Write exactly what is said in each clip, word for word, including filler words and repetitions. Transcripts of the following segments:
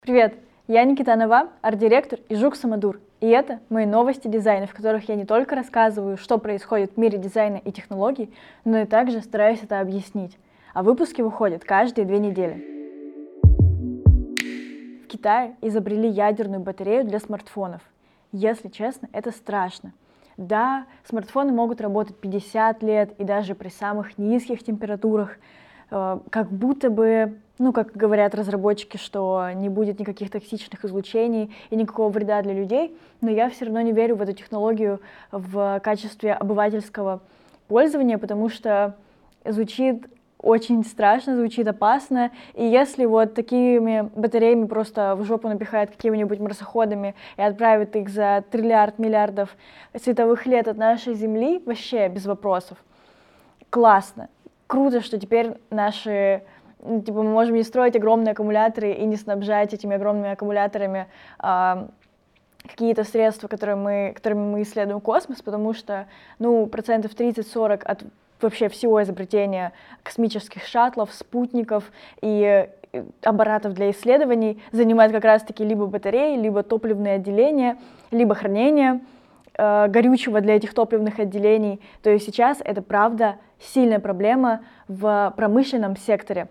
Привет, я Никита Нова, арт-директор и Жук Самодур. И это мои новости дизайна, в которых я не только рассказываю, что происходит в мире дизайна и технологий, но и также стараюсь это объяснить. А выпуски выходят каждые две недели. В Китае изобрели ядерную батарею для смартфонов. Если честно, это страшно. Да, смартфоны могут работать пятьдесят лет и даже при самых низких температурах, э, как будто бы, ну, как говорят разработчики, что не будет никаких токсичных излучений и никакого вреда для людей, но я все равно не верю в эту технологию в качестве обывательского пользования, потому что звучит очень страшно, звучит опасно, и если вот такими батареями просто в жопу напихают какими-нибудь марсоходами и отправят их за триллиард миллиардов световых лет от нашей Земли, вообще без вопросов. Классно, круто, что теперь наши, типа, мы можем не строить огромные аккумуляторы и не снабжать этими огромными аккумуляторами а, какие-то средства, которые мы, которыми мы исследуем космос, потому что, ну, процентов тридцать-сорок от вообще всего изобретения космических шаттлов, спутников и аппаратов для исследований занимает как раз-таки либо батареи, либо топливные отделения, либо хранение э, горючего для этих топливных отделений. То есть сейчас это, правда, сильная проблема в промышленном секторе.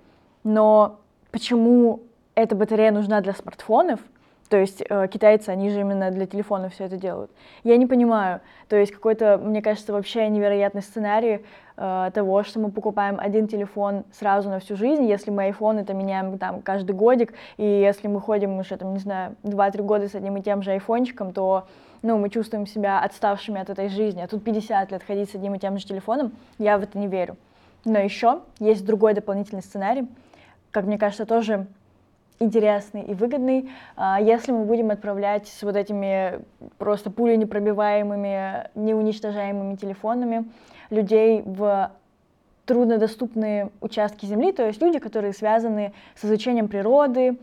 Но почему эта батарея нужна для смартфонов? То есть э, китайцы, они же именно для телефонов все это делают. Я не понимаю. То есть какой-то, мне кажется, вообще невероятный сценарий э, того, что мы покупаем один телефон сразу на всю жизнь, если мы iPhone это меняем там каждый годик, и если мы ходим уже, там, не знаю, два-три года с одним и тем же айфончиком, то, ну, мы чувствуем себя отставшими от этой жизни. А тут пятьдесят лет ходить с одним и тем же телефоном, я в это не верю. Но еще есть другой дополнительный сценарий, как мне кажется, тоже интересный и выгодный, если мы будем отправлять с вот этими просто пуленепробиваемыми, неуничтожаемыми телефонами людей в труднодоступные участки Земли, то есть люди, которые связаны с изучением природы,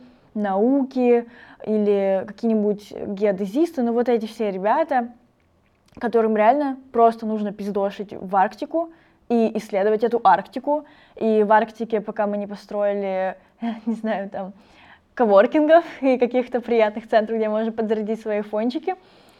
науки или какие-нибудь геодезисты, ну вот эти все ребята, которым реально просто нужно пиздошить в Арктику и исследовать эту Арктику, и в Арктике, пока мы не построили, не знаю, там, коворкингов и каких-то приятных центров, где можно подзарядить свои фончики.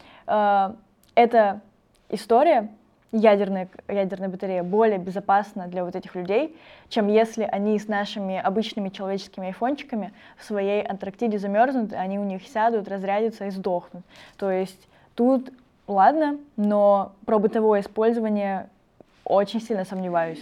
Эта история, ядерная, ядерная батарея, более безопасна для вот этих людей, чем если они с нашими обычными человеческими айфончиками в своей Антарктиде замерзнут, они у них сядут, разрядятся и сдохнут. То есть тут ладно, но про бытовое использование очень сильно сомневаюсь.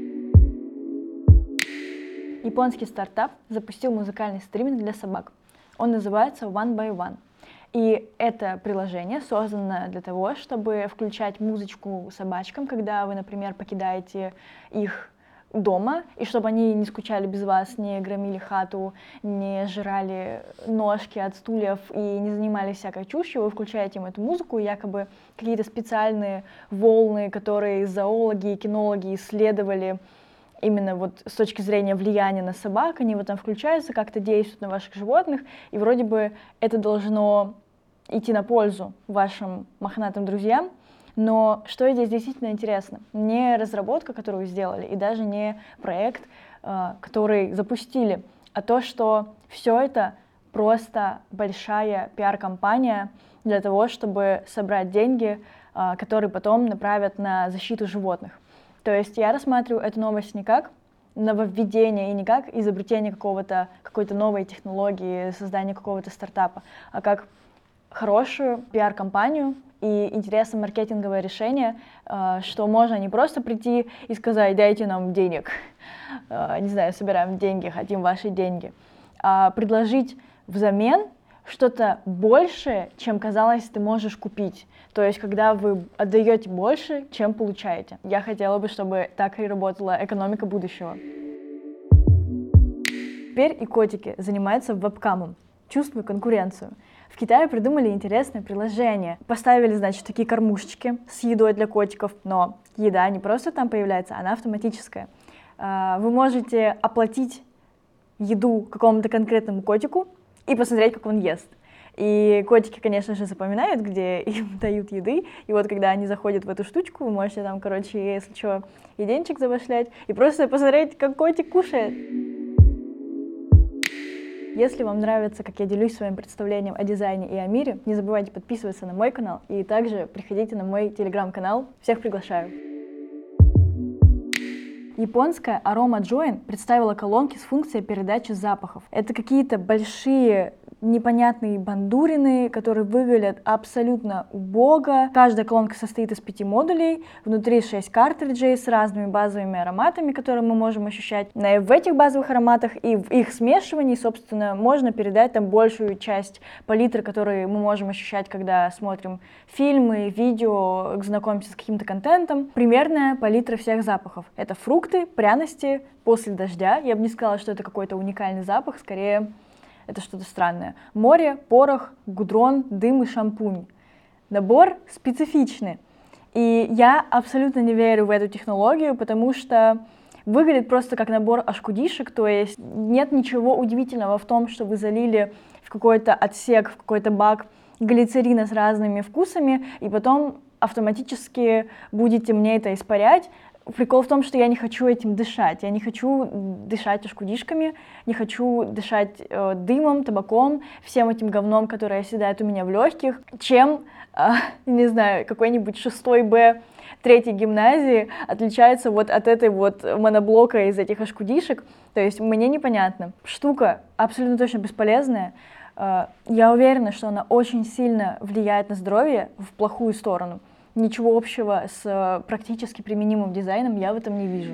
Японский стартап запустил музыкальный стриминг для собак. Он называется One by One. И это приложение создано для того, чтобы включать музычку собачкам, когда вы, например, покидаете их дома, и чтобы они не скучали без вас, не громили хату, не жрали ножки от стульев и не занимались всякой чушью. Вы включаете им эту музыку, и якобы какие-то специальные волны, которые зоологи и кинологи исследовали, именно вот с точки зрения влияния на собак, они вот там включаются, как-то действуют на ваших животных, и вроде бы это должно идти на пользу вашим мохнатым друзьям, но что здесь действительно интересно? Не разработка, которую сделали, и даже не проект, который запустили, а то, что все это просто большая пиар-компания для того, чтобы собрать деньги, которые потом направят на защиту животных. То есть я рассматриваю эту новость не как нововведение и не как изобретение какого-то, какой-то новой технологии, создание какого-то стартапа, а как хорошую пиар-компанию и интересное маркетинговое решение, что можно не просто прийти и сказать: дайте нам денег, не знаю, собираем деньги, хотим ваши деньги, а предложить взамен что-то большее, чем, казалось, ты можешь купить. То есть, когда вы отдаете больше, чем получаете. Я хотела бы, чтобы так и работала экономика будущего. Теперь и котики занимаются вебкамом. Чувствую конкуренцию. В Китае придумали интересное приложение. Поставили, значит, такие кормушечки с едой для котиков, но еда не просто там появляется, она автоматическая. Вы можете оплатить еду какому-то конкретному котику и посмотреть, как он ест. И котики, конечно же, запоминают, где им дают еды. И вот когда они заходят в эту штучку, вы можете там, короче, если что, и денчик забашлять, и просто посмотреть, как котик кушает. Если вам нравится, как я делюсь своим представлением о дизайне и о мире, не забывайте подписываться на мой канал и также приходите на мой телеграм-канал. Всех приглашаю. Японская Aroma Join представила колонки с функцией передачи запахов. Это какие-то большие непонятные бандурины, которые выглядят абсолютно убого. Каждая колонка состоит из пяти модулей, внутри шесть картриджей с разными базовыми ароматами, которые мы можем ощущать. И в этих базовых ароматах и в их смешивании, собственно, можно передать там большую часть палитры, которую мы можем ощущать, когда смотрим фильмы, видео, знакомимся с каким-то контентом. Примерная палитра всех запахов. Это фрукты, пряности после дождя. Я бы не сказала, что это какой-то уникальный запах, скорее это что-то странное. Море, порох, гудрон, дым и шампунь. Набор специфичный. И я абсолютно не верю в эту технологию, потому что выглядит просто как набор ашкудишек, то есть нет ничего удивительного в том, что вы залили в какой-то отсек, в какой-то бак глицерина с разными вкусами, и потом автоматически будете мне это испарять. Прикол в том, что я не хочу этим дышать. Я не хочу дышать ашкудишками, не хочу дышать э, дымом, табаком, всем этим говном, которое оседает у меня в легких, чем, э, не знаю, какой-нибудь шестой Б третьей гимназии отличается вот от этой вот моноблока из этих ашкудишек. То есть мне непонятно. Штука абсолютно точно бесполезная. Э, я уверена, что она очень сильно влияет на здоровье в плохую сторону. Ничего общего с практически применимым дизайном я в этом не вижу.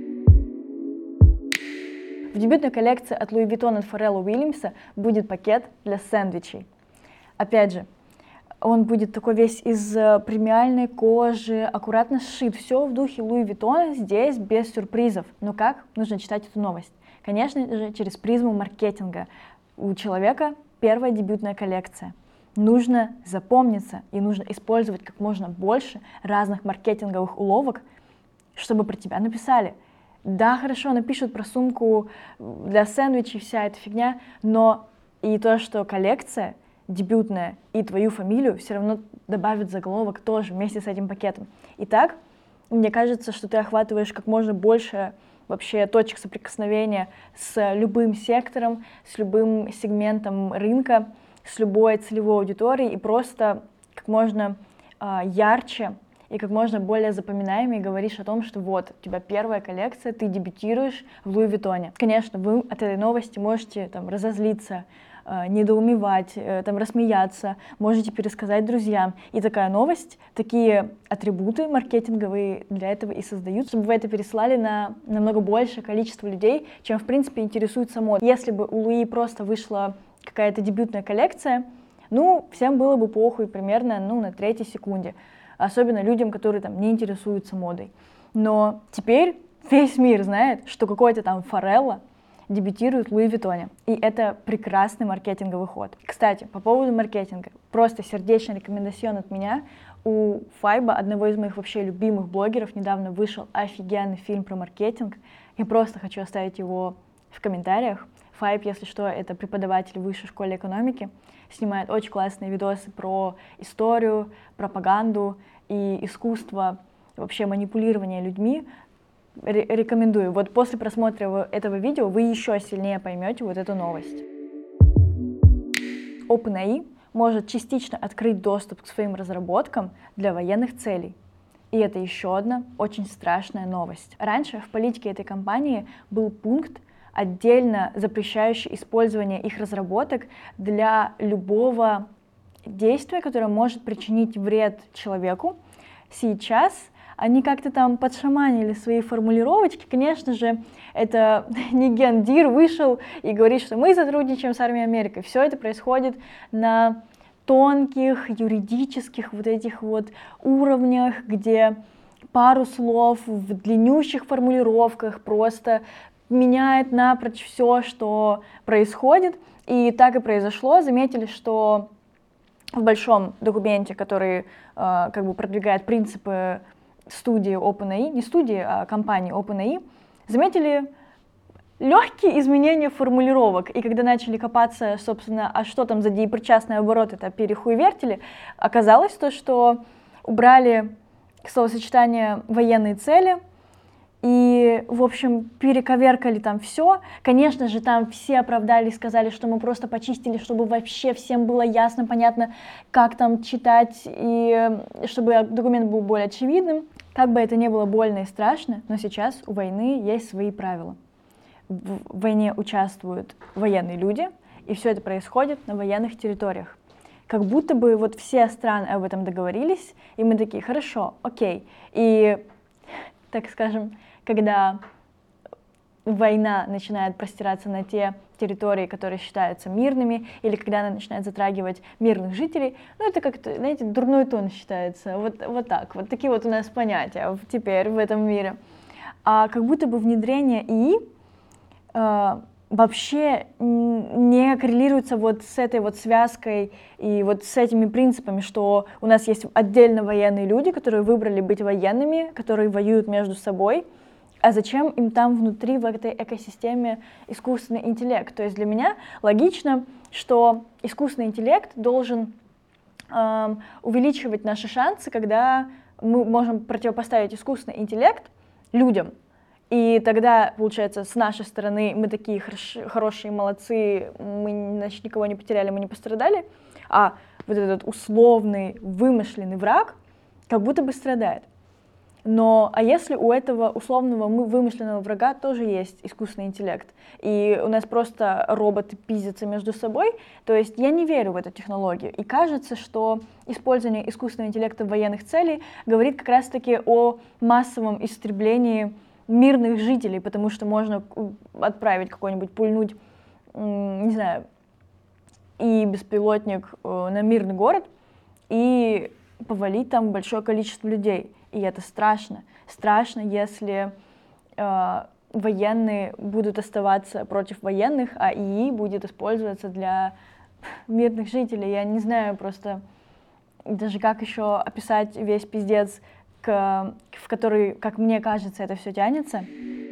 В дебютной коллекции от Louis Vuitton и Pharrell Williams будет пакет для сэндвичей. Опять же, он будет такой весь из премиальной кожи, аккуратно сшит. Все в духе Louis Vuitton, здесь без сюрпризов. Но как? Нужно читать эту новость. Конечно же, через призму маркетинга. У человека первая дебютная коллекция. Нужно запомниться и нужно использовать как можно больше разных маркетинговых уловок, чтобы про тебя написали. Да, хорошо, напишут про сумку для сэндвичей, вся эта фигня, но и то, что коллекция дебютная и твою фамилию все равно добавят заголовок тоже вместе с этим пакетом. Итак, мне кажется, что ты охватываешь как можно больше вообще точек соприкосновения с любым сектором, с любым сегментом рынка, с любой целевой аудиторией и просто как можно э, ярче и как можно более запоминаемее говоришь о том, что вот, у тебя первая коллекция, ты дебютируешь в Луи Виттоне. Конечно, вы от этой новости можете там разозлиться, э, недоумевать, э, там рассмеяться, можете пересказать друзьям. И такая новость, такие атрибуты маркетинговые для этого и создают, чтобы вы это переслали на намного большее количество людей, чем в принципе интересуется модой. Если бы у Луи просто вышла какая-то дебютная коллекция, ну, всем было бы похуй примерно, ну, на третьей секунде. Особенно людям, которые там не интересуются модой. Но теперь весь мир знает, что какой-то там Фарелла дебютирует в Луи Виттоне. И это прекрасный маркетинговый ход. Кстати, по поводу маркетинга. Просто сердечный рекомендацион от меня. У Файба, одного из моих вообще любимых блогеров, недавно вышел офигенный фильм про маркетинг. Я просто хочу оставить его в комментариях. Файб, если что, это преподаватель в высшей школе экономики, снимает очень классные видосы про историю, пропаганду и искусство, вообще манипулирование людьми. Ре- рекомендую. Вот после просмотра этого видео вы еще сильнее поймете вот эту новость. OpenAI может частично открыть доступ к своим разработкам для военных целей. И это еще одна очень страшная новость. Раньше в политике этой компании был пункт, отдельно запрещающий использование их разработок для любого действия, которое может причинить вред человеку. Сейчас они как-то там подшаманили свои формулировочки. Конечно же, это не Гендир вышел и говорит, что мы сотрудничаем с армией Америки. Все это происходит на тонких юридических вот этих вот уровнях, где пару слов в длиннющих формулировках просто меняет напрочь все, что происходит. И так и произошло. Заметили, что в большом документе, который э, как бы продвигает принципы студии OpenAI, не студии, а компании OpenAI, заметили легкие изменения формулировок. И когда начали копаться, собственно, а что там за депричастный оборот, это перехуевертили, оказалось то, что убрали словосочетание «военные цели», И, в общем, перековеркали там все. Конечно же, там все оправдались, сказали, что мы просто почистили, чтобы вообще всем было ясно, понятно, как там читать, и чтобы документ был более очевидным. Как бы это ни было больно и страшно, но сейчас у войны есть свои правила. В войне участвуют военные люди, и все это происходит на военных территориях. Как будто бы вот все страны об этом договорились, и мы такие, хорошо, окей. И, так скажем, когда война начинает простираться на те территории, которые считаются мирными, или когда она начинает затрагивать мирных жителей, ну это как-то, знаете, дурной тон считается, вот, вот так, вот такие вот у нас понятия теперь в этом мире. А как будто бы внедрение ИИ э, вообще не коррелируется вот с этой вот связкой и вот с этими принципами, что у нас есть отдельно военные люди, которые выбрали быть военными, которые воюют между собой, а зачем им там внутри, в этой экосистеме, искусственный интеллект? То есть для меня логично, что искусственный интеллект должен э, увеличивать наши шансы, когда мы можем противопоставить искусственный интеллект людям. И тогда, получается, с нашей стороны мы такие хорош, хорошие, молодцы, мы, значит, никого не потеряли, мы не пострадали, а вот этот условный, вымышленный враг как будто бы страдает. Но, а если у этого условного вымышленного врага тоже есть искусственный интеллект, и у нас просто роботы пиздятся между собой, то есть я не верю в эту технологию. И кажется, что использование искусственного интеллекта в военных целях говорит как раз-таки о массовом истреблении мирных жителей, потому что можно отправить какой-нибудь, пульнуть, не знаю, и беспилотник на мирный город, и повалить там большое количество людей. И это страшно. Страшно, если э, военные будут оставаться против военных, а ИИ будет использоваться для мирных жителей. Я не знаю просто даже, как еще описать весь пиздец, к, в который, как мне кажется, это все тянется.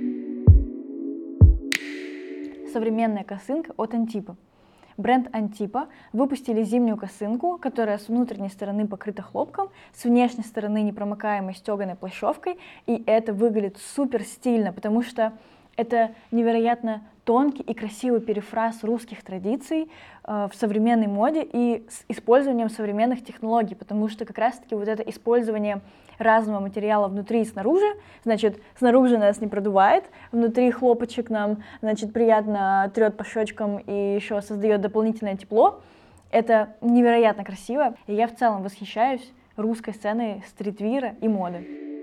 Современная косынка от Антипа. Бренд Антипа выпустили зимнюю косынку, которая с внутренней стороны покрыта хлопком, с внешней стороны непромокаемой стеганой плащевкой, и это выглядит супер стильно, потому что это невероятно тонкий и красивый перефраз русских традиций э, в современной моде и с использованием современных технологий, потому что как раз-таки вот это использование разного материала внутри и снаружи, значит, снаружи нас не продувает, внутри хлопочек нам, значит, приятно трет по щечкам и еще создает дополнительное тепло. Это невероятно красиво, и я в целом восхищаюсь русской сценой стритвира и моды.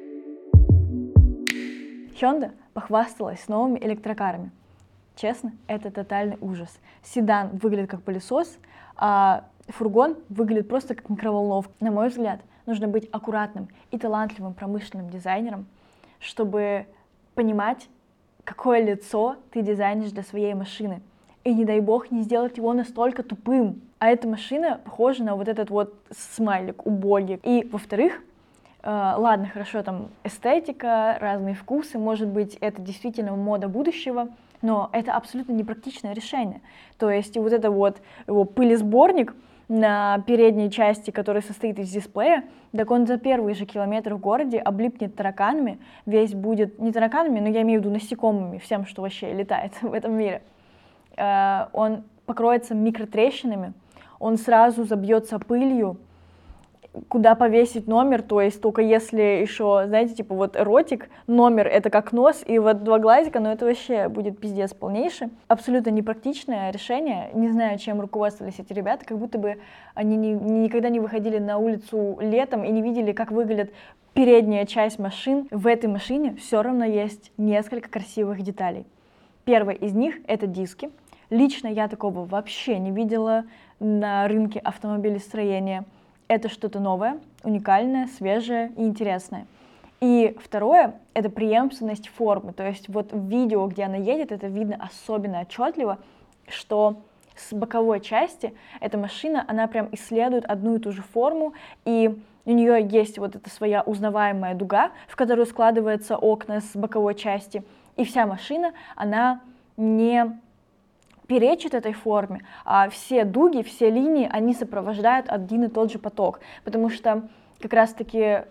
Hyundai похвасталась новыми электрокарами. Честно, это тотальный ужас. Седан выглядит как пылесос, а фургон выглядит просто как микроволновка. На мой взгляд, нужно быть аккуратным и талантливым промышленным дизайнером, чтобы понимать, какое лицо ты дизайнишь для своей машины. И не дай бог не сделать его настолько тупым. А эта машина похожа на вот этот вот смайлик убогий. И, во-вторых, э, ладно, хорошо, там эстетика, разные вкусы, может быть, это действительно мода будущего, но это абсолютно непрактичное решение. То есть вот это вот его пылесборник на передней части, который состоит из дисплея, так он за первые же километры в городе облипнет тараканами, весь будет, не тараканами, но я имею в виду насекомыми, всем, что вообще летает в этом мире. Э, он покроется микротрещинами, он сразу забьется пылью, куда повесить номер, то есть только если еще, знаете, типа вот эротик, номер это как нос, и вот два глазика, но это вообще будет пиздец полнейший. Абсолютно непрактичное решение, не знаю, чем руководствовались эти ребята, как будто бы они не, никогда не выходили на улицу летом и не видели, как выглядит передняя часть машин. В этой машине все равно есть несколько красивых деталей. Первая из них это диски. Лично я такого вообще не видела на рынке автомобилестроения. Это что-то новое, уникальное, свежее и интересное. И второе — это преемственность формы. То есть вот в видео, где она едет, это видно особенно отчетливо, что с боковой части эта машина, она прям исследует одну и ту же форму, и у нее есть вот эта своя узнаваемая дуга, в которую складываются окна с боковой части, и вся машина, она не перечит этой форме, а все дуги, все линии, они сопровождают один и тот же поток, потому что как раз-таки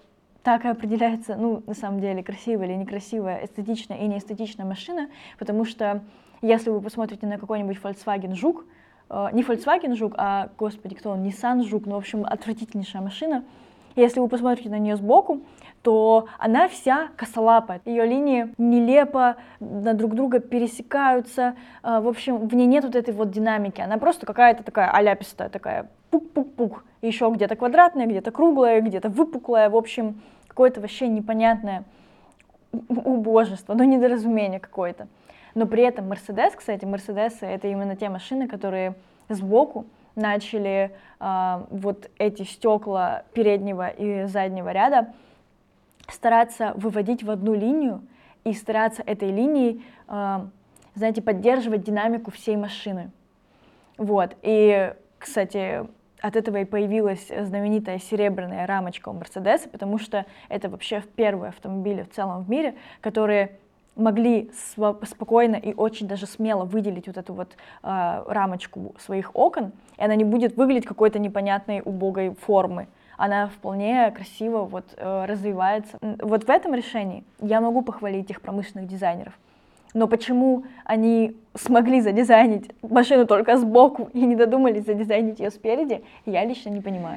Так и определяется, ну, на самом деле, красивая или некрасивая, эстетичная и неэстетичная машина, потому что если вы посмотрите на какой-нибудь Volkswagen Жук, э, не Volkswagen Жук, а, господи, кто он, Nissan Жук, ну, в общем, отвратительнейшая машина, если вы посмотрите на нее сбоку, то она вся косолапая. Ее линии нелепо на друг друга пересекаются. В общем, в ней нет вот этой вот динамики. Она просто какая-то такая аляпистая, такая пук-пук-пук. Еще где-то квадратная, где-то круглая, где-то выпуклая. В общем, какое-то вообще непонятное убожество, ну, недоразумение какое-то. Но при этом Mercedes, кстати, Мерседесы — это именно те машины, которые сбоку начали э, вот эти стекла переднего и заднего ряда стараться выводить в одну линию и стараться этой линией, э, знаете, поддерживать динамику всей машины. Вот. И, кстати, от этого и появилась знаменитая серебряная рамочка у Мерседеса, потому что это вообще первые автомобили в целом в мире, которые могли спокойно и очень даже смело выделить вот эту вот э, рамочку своих окон, и она не будет выглядеть какой-то непонятной убогой формы. Она вполне красиво вот, э, развивается. Вот в этом решении я могу похвалить их промышленных дизайнеров. Но почему они смогли задизайнить машину только сбоку и не додумались задизайнить ее спереди, я лично не понимаю.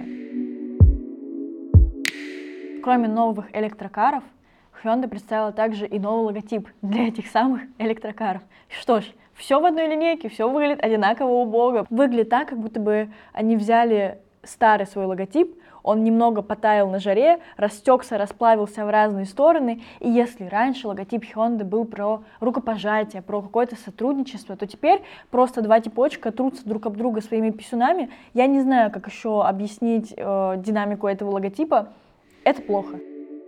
Кроме новых электрокаров, Hyundai представила также и новый логотип для этих самых электрокаров. Что ж, все в одной линейке, все выглядит одинаково убого. Выглядит так, как будто бы они взяли старый свой логотип, он немного потаял на жаре, растекся, расплавился в разные стороны, и если раньше логотип Hyundai был про рукопожатие, про какое-то сотрудничество, то теперь просто два типочка трутся друг об друга своими писюнами. Я не знаю, как еще объяснить э, динамику этого логотипа. Это плохо.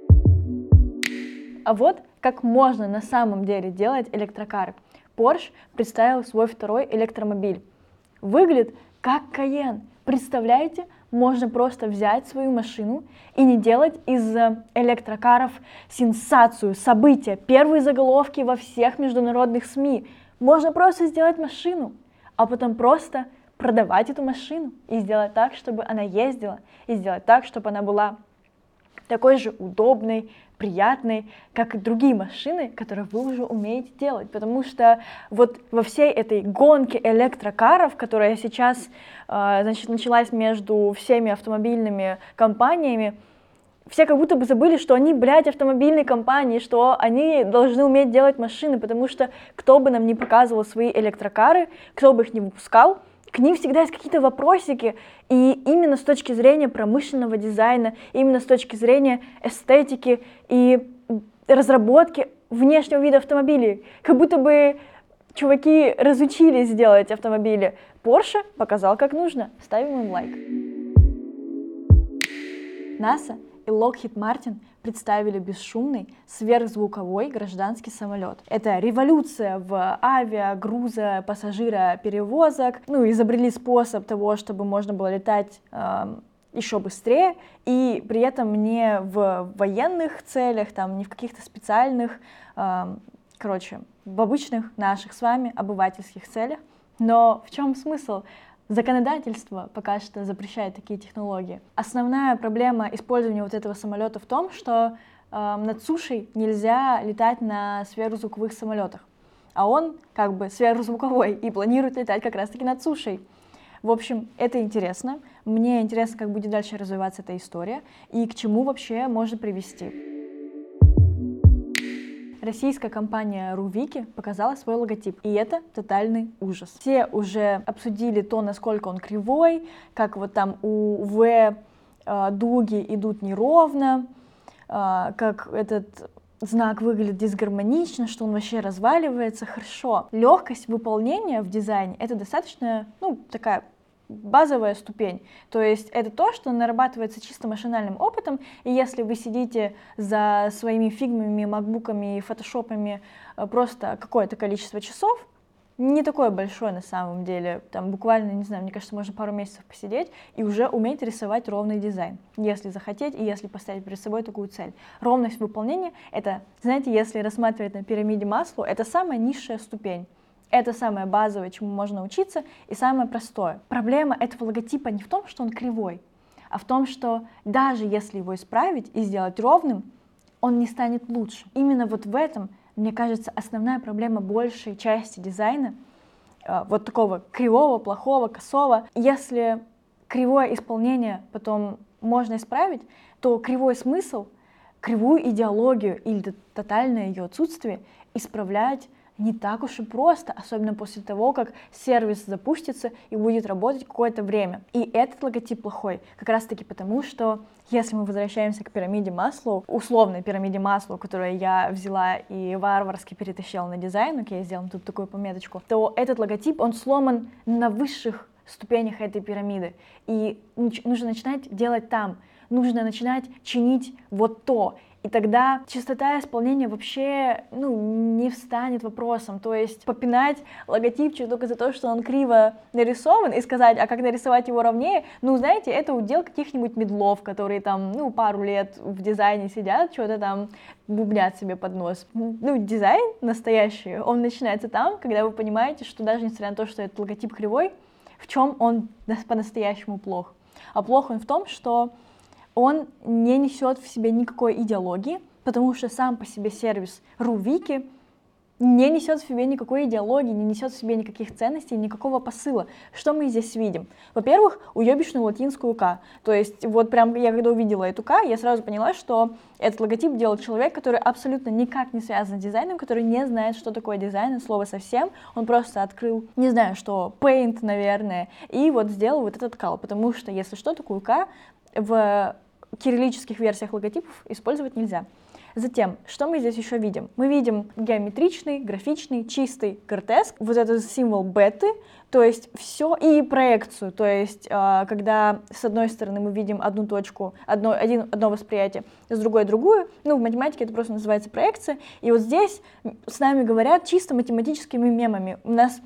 А вот как можно на самом деле делать электрокары. Porsche представил свой второй электромобиль. Выглядит как Cayenne. Представляете, можно просто взять свою машину и не делать из электрокаров сенсацию, события, первые заголовки во всех международных СМИ. Можно просто сделать машину, а потом просто продавать эту машину и сделать так, чтобы она ездила, и сделать так, чтобы она была такой же удобной, приятной, как и другие машины, которые вы уже умеете делать. Потому что вот во всей этой гонке электрокаров, которая сейчас э, значит, началась между всеми автомобильными компаниями, все как будто бы забыли, что они, блядь, автомобильные компании, что они должны уметь делать машины, потому что кто бы нам ни показывал свои электрокары, кто бы их ни выпускал, к ним всегда есть какие-то вопросики, и именно с точки зрения промышленного дизайна, именно с точки зрения эстетики и разработки внешнего вида автомобилей, как будто бы чуваки разучились делать автомобили. Porsche показал, как нужно. Ставим им лайк. NASA и Lockheed Martin представили бесшумный сверхзвуковой гражданский самолет. Это революция в авиа, грузо, пассажироперевозок. Ну, изобрели способ того, чтобы можно было летать э, еще быстрее, и при этом не в военных целях, там, не в каких-то специальных, э, короче, в обычных наших с вами обывательских целях. Но в чем смысл? Законодательство пока что запрещает такие технологии. Основная проблема использования вот этого самолета в том, что э, над сушей нельзя летать на сверхзвуковых самолетах, а он как бы сверхзвуковой и планирует летать как раз-таки над сушей. В общем, это интересно. Мне интересно, как будет дальше развиваться эта история и к чему вообще может привести. Российская компания Рувики показала свой логотип, и это тотальный ужас. Все уже обсудили то, насколько он кривой, как вот там у В э, дуги идут неровно, э, как этот знак выглядит дисгармонично, что он вообще разваливается. Хорошо. Легкость выполнения в дизайне — это достаточно, ну, такая базовая ступень. То есть это то, что нарабатывается чисто машинальным опытом, и если вы сидите за своими фигмами, макбуками и фотошопами просто какое-то количество часов, не такое большое на самом деле, там буквально, не знаю, мне кажется, можно пару месяцев посидеть и уже уметь рисовать ровный дизайн, если захотеть и если поставить перед собой такую цель. Ровность выполнения — это, знаете, если рассматривать на пирамиде Маслоу, это самая низшая ступень. Это самое базовое, чему можно учиться, и самое простое. Проблема этого логотипа не в том, что он кривой, а в том, что даже если его исправить и сделать ровным, он не станет лучше. Именно вот в этом, мне кажется, основная проблема большей части дизайна, вот такого кривого, плохого, косого. Если кривое исполнение потом можно исправить, то кривой смысл, кривую идеологию или тотальное ее отсутствие исправлять не так уж и просто, особенно после того, как сервис запустится и будет работать какое-то время. И этот логотип плохой как раз-таки потому, что если мы возвращаемся к пирамиде Маслоу, условной пирамиде Маслоу, которую я взяла и варварски перетащила на дизайн, окей, сделаем тут такую пометочку, то этот логотип, он сломан на высших ступенях этой пирамиды. И нужно начинать делать там, нужно начинать чинить вот то. И тогда чистота исполнения вообще, ну, не встанет вопросом. То есть попинать логотипчик только за то, что он криво нарисован, и сказать, а как нарисовать его ровнее, ну, знаете, это удел каких-нибудь медлов, которые там, ну, пару лет в дизайне сидят, что-то там бубнят себе под нос. Ну, дизайн настоящий, он начинается там, когда вы понимаете, что даже несмотря на то, что этот логотип кривой, в чем он по-настоящему плох. А плох он в том, что он не несет в себе никакой идеологии, потому что сам по себе сервис RuWiki не несет в себе никакой идеологии, не несет в себе никаких ценностей, никакого посыла. Что мы здесь видим? Во-первых, уебищную латинскую «К». То есть вот прям я когда увидела эту «К», я сразу поняла, что этот логотип делал человек, который абсолютно никак не связан с дизайном, который не знает, что такое дизайн, от слова совсем. Он просто открыл, не знаю, что, Paint, наверное, и вот сделал вот этот кал, потому что, если что, такую «К» в кириллических версиях логотипов использовать нельзя. Затем, что мы здесь еще видим? Мы видим геометричный, графичный, чистый гротеск, вот этот символ беты, то есть все, и проекцию, то есть когда с одной стороны мы видим одну точку, одно, один, одно восприятие, с другой другую, ну в математике это просто называется проекция, и вот здесь с нами говорят чисто математическими мемами. У нас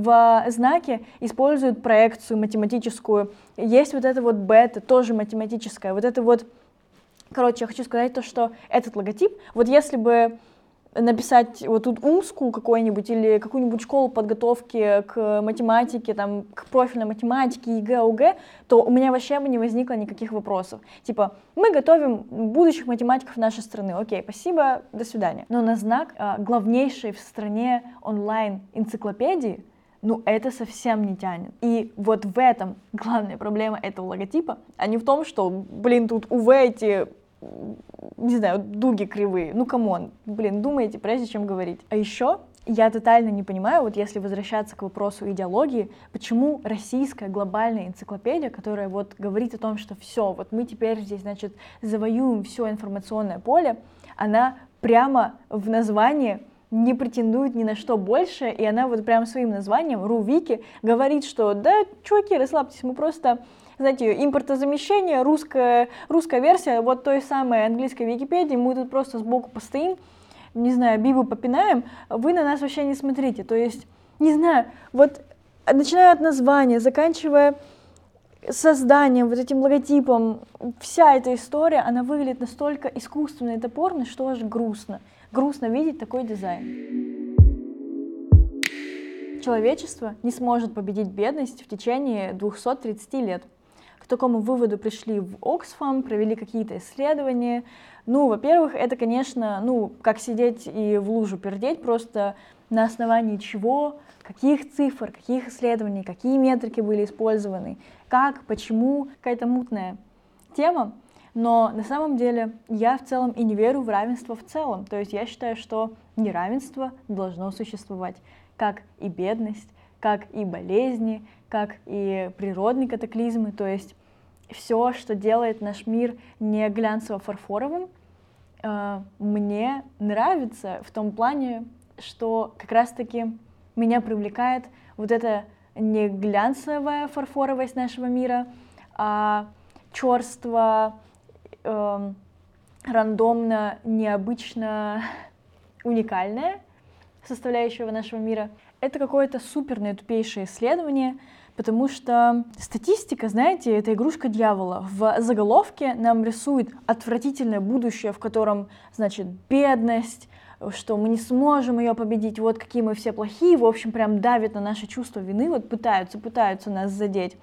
в знаке используют проекцию математическую, есть вот это вот бета, тоже математическая, вот это вот, короче, я хочу сказать то, что этот логотип, вот если бы написать вот тут УМСКу какой-нибудь или какую-нибудь школу подготовки к математике, там, к профильной математике, ЕГЭ, ОГЭ, то у меня вообще бы не возникло никаких вопросов. Типа, мы готовим будущих математиков нашей страны, окей, спасибо, до свидания. Но на знак главнейшей в стране онлайн-энциклопедии, ну, это совсем не тянет. И вот в этом главная проблема этого логотипа, а не в том, что, блин, тут, увы, эти, не знаю, дуги кривые. Ну, камон, блин, думайте, прежде чем говорить. А еще я тотально не понимаю, вот если возвращаться к вопросу идеологии, почему российская глобальная энциклопедия, которая вот говорит о том, что все, вот мы теперь здесь, значит, завоюем все информационное поле, она прямо в названии не претендует ни на что больше, и она вот прям своим названием, RuWiki, говорит, что да, чуваки, расслабьтесь, мы просто, знаете, импортозамещение, русская, русская версия вот той самой английской Википедии, мы тут просто сбоку постоим, не знаю, Бибу попинаем, вы на нас вообще не смотрите, то есть, не знаю, вот начиная от названия, заканчивая созданием, вот этим логотипом, вся эта история, она выглядит настолько искусственно и топорно, что аж грустно. Грустно видеть такой дизайн. Человечество не сможет победить бедность в течение двухсот тридцати лет. К такому выводу пришли в Оксфам, провели какие-то исследования. Ну, во-первых, это, конечно, ну, как сидеть и в лужу пердеть, просто на основании чего, каких цифр, каких исследований, какие метрики были использованы, как, почему, какая-то мутная тема. Но на самом деле я в целом и не верю в равенство в целом. То есть я считаю, что неравенство должно существовать, как и бедность, как и болезни, как и природные катаклизмы. То есть все, что делает наш мир не глянцево-фарфоровым, мне нравится в том плане, что как раз-таки меня привлекает вот эта не глянцевая фарфоровость нашего мира, а черство, э, рандомно, необычно, уникальная составляющего нашего мира. Это какое-то суперное тупейшее исследование, потому что статистика, знаете, это игрушка дьявола. В заголовке нам рисует отвратительное будущее, в котором, значит, бедность, что мы не сможем ее победить, вот какие мы все плохие, в общем, прям давит на наше чувство вины, вот пытаются, пытаются нас задеть.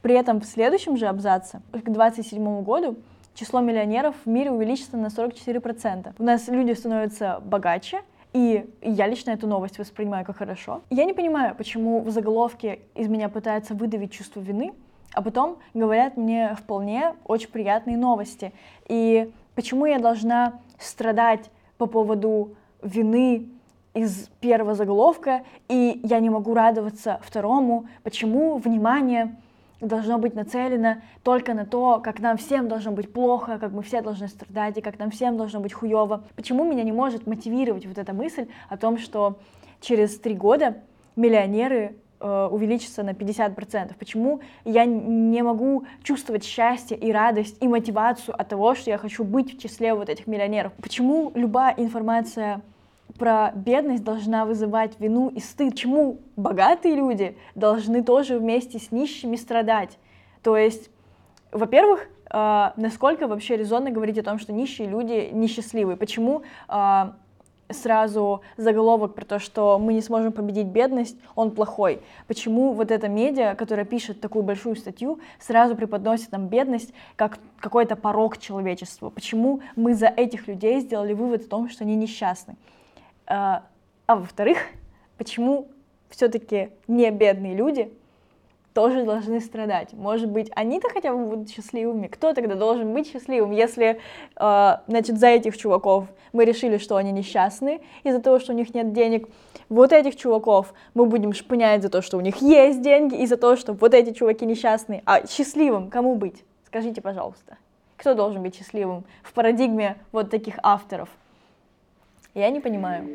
При этом в следующем же абзаце, к двадцать седьмому году, число миллионеров в мире увеличится на сорок четыре процента. У нас люди становятся богаче, и я лично эту новость воспринимаю как хорошо. Я не понимаю, почему в заголовке из меня пытаются выдавить чувство вины, а потом говорят мне вполне очень приятные новости. И почему я должна страдать по поводу вины из первого заголовка, и я не могу радоваться второму? Почему внимание должно быть нацелено только на то, как нам всем должно быть плохо, как мы все должны страдать, и как нам всем должно быть хуёво? Почему меня не может мотивировать вот эта мысль о том, что через три года миллионеры э, увеличатся на пятьдесят процентов? Почему я не могу чувствовать счастье и радость и мотивацию от того, что я хочу быть в числе вот этих миллионеров? Почему любая информация про бедность должна вызывать вину и стыд? Почему богатые люди должны тоже вместе с нищими страдать? То есть, во-первых, э, насколько вообще резонно говорить о том, что нищие люди несчастливые? Почему э, сразу заголовок про то, что мы не сможем победить бедность, он плохой? Почему вот эта медиа, которая пишет такую большую статью, сразу преподносит нам бедность как какой-то порок человечества? Почему мы за этих людей сделали вывод о том, что они несчастны? А, а во-вторых, почему все-таки не бедные люди тоже должны страдать? Может быть, они-то хотя бы будут счастливыми? Кто тогда должен быть счастливым, если, э, значит, за этих чуваков мы решили, что они несчастны из-за того, что у них нет денег? Вот этих чуваков мы будем шпынять за то, что у них есть деньги, и за то, что вот эти чуваки несчастные. А счастливым кому быть? Скажите, пожалуйста. Кто должен быть счастливым в парадигме вот таких авторов? Я не понимаю.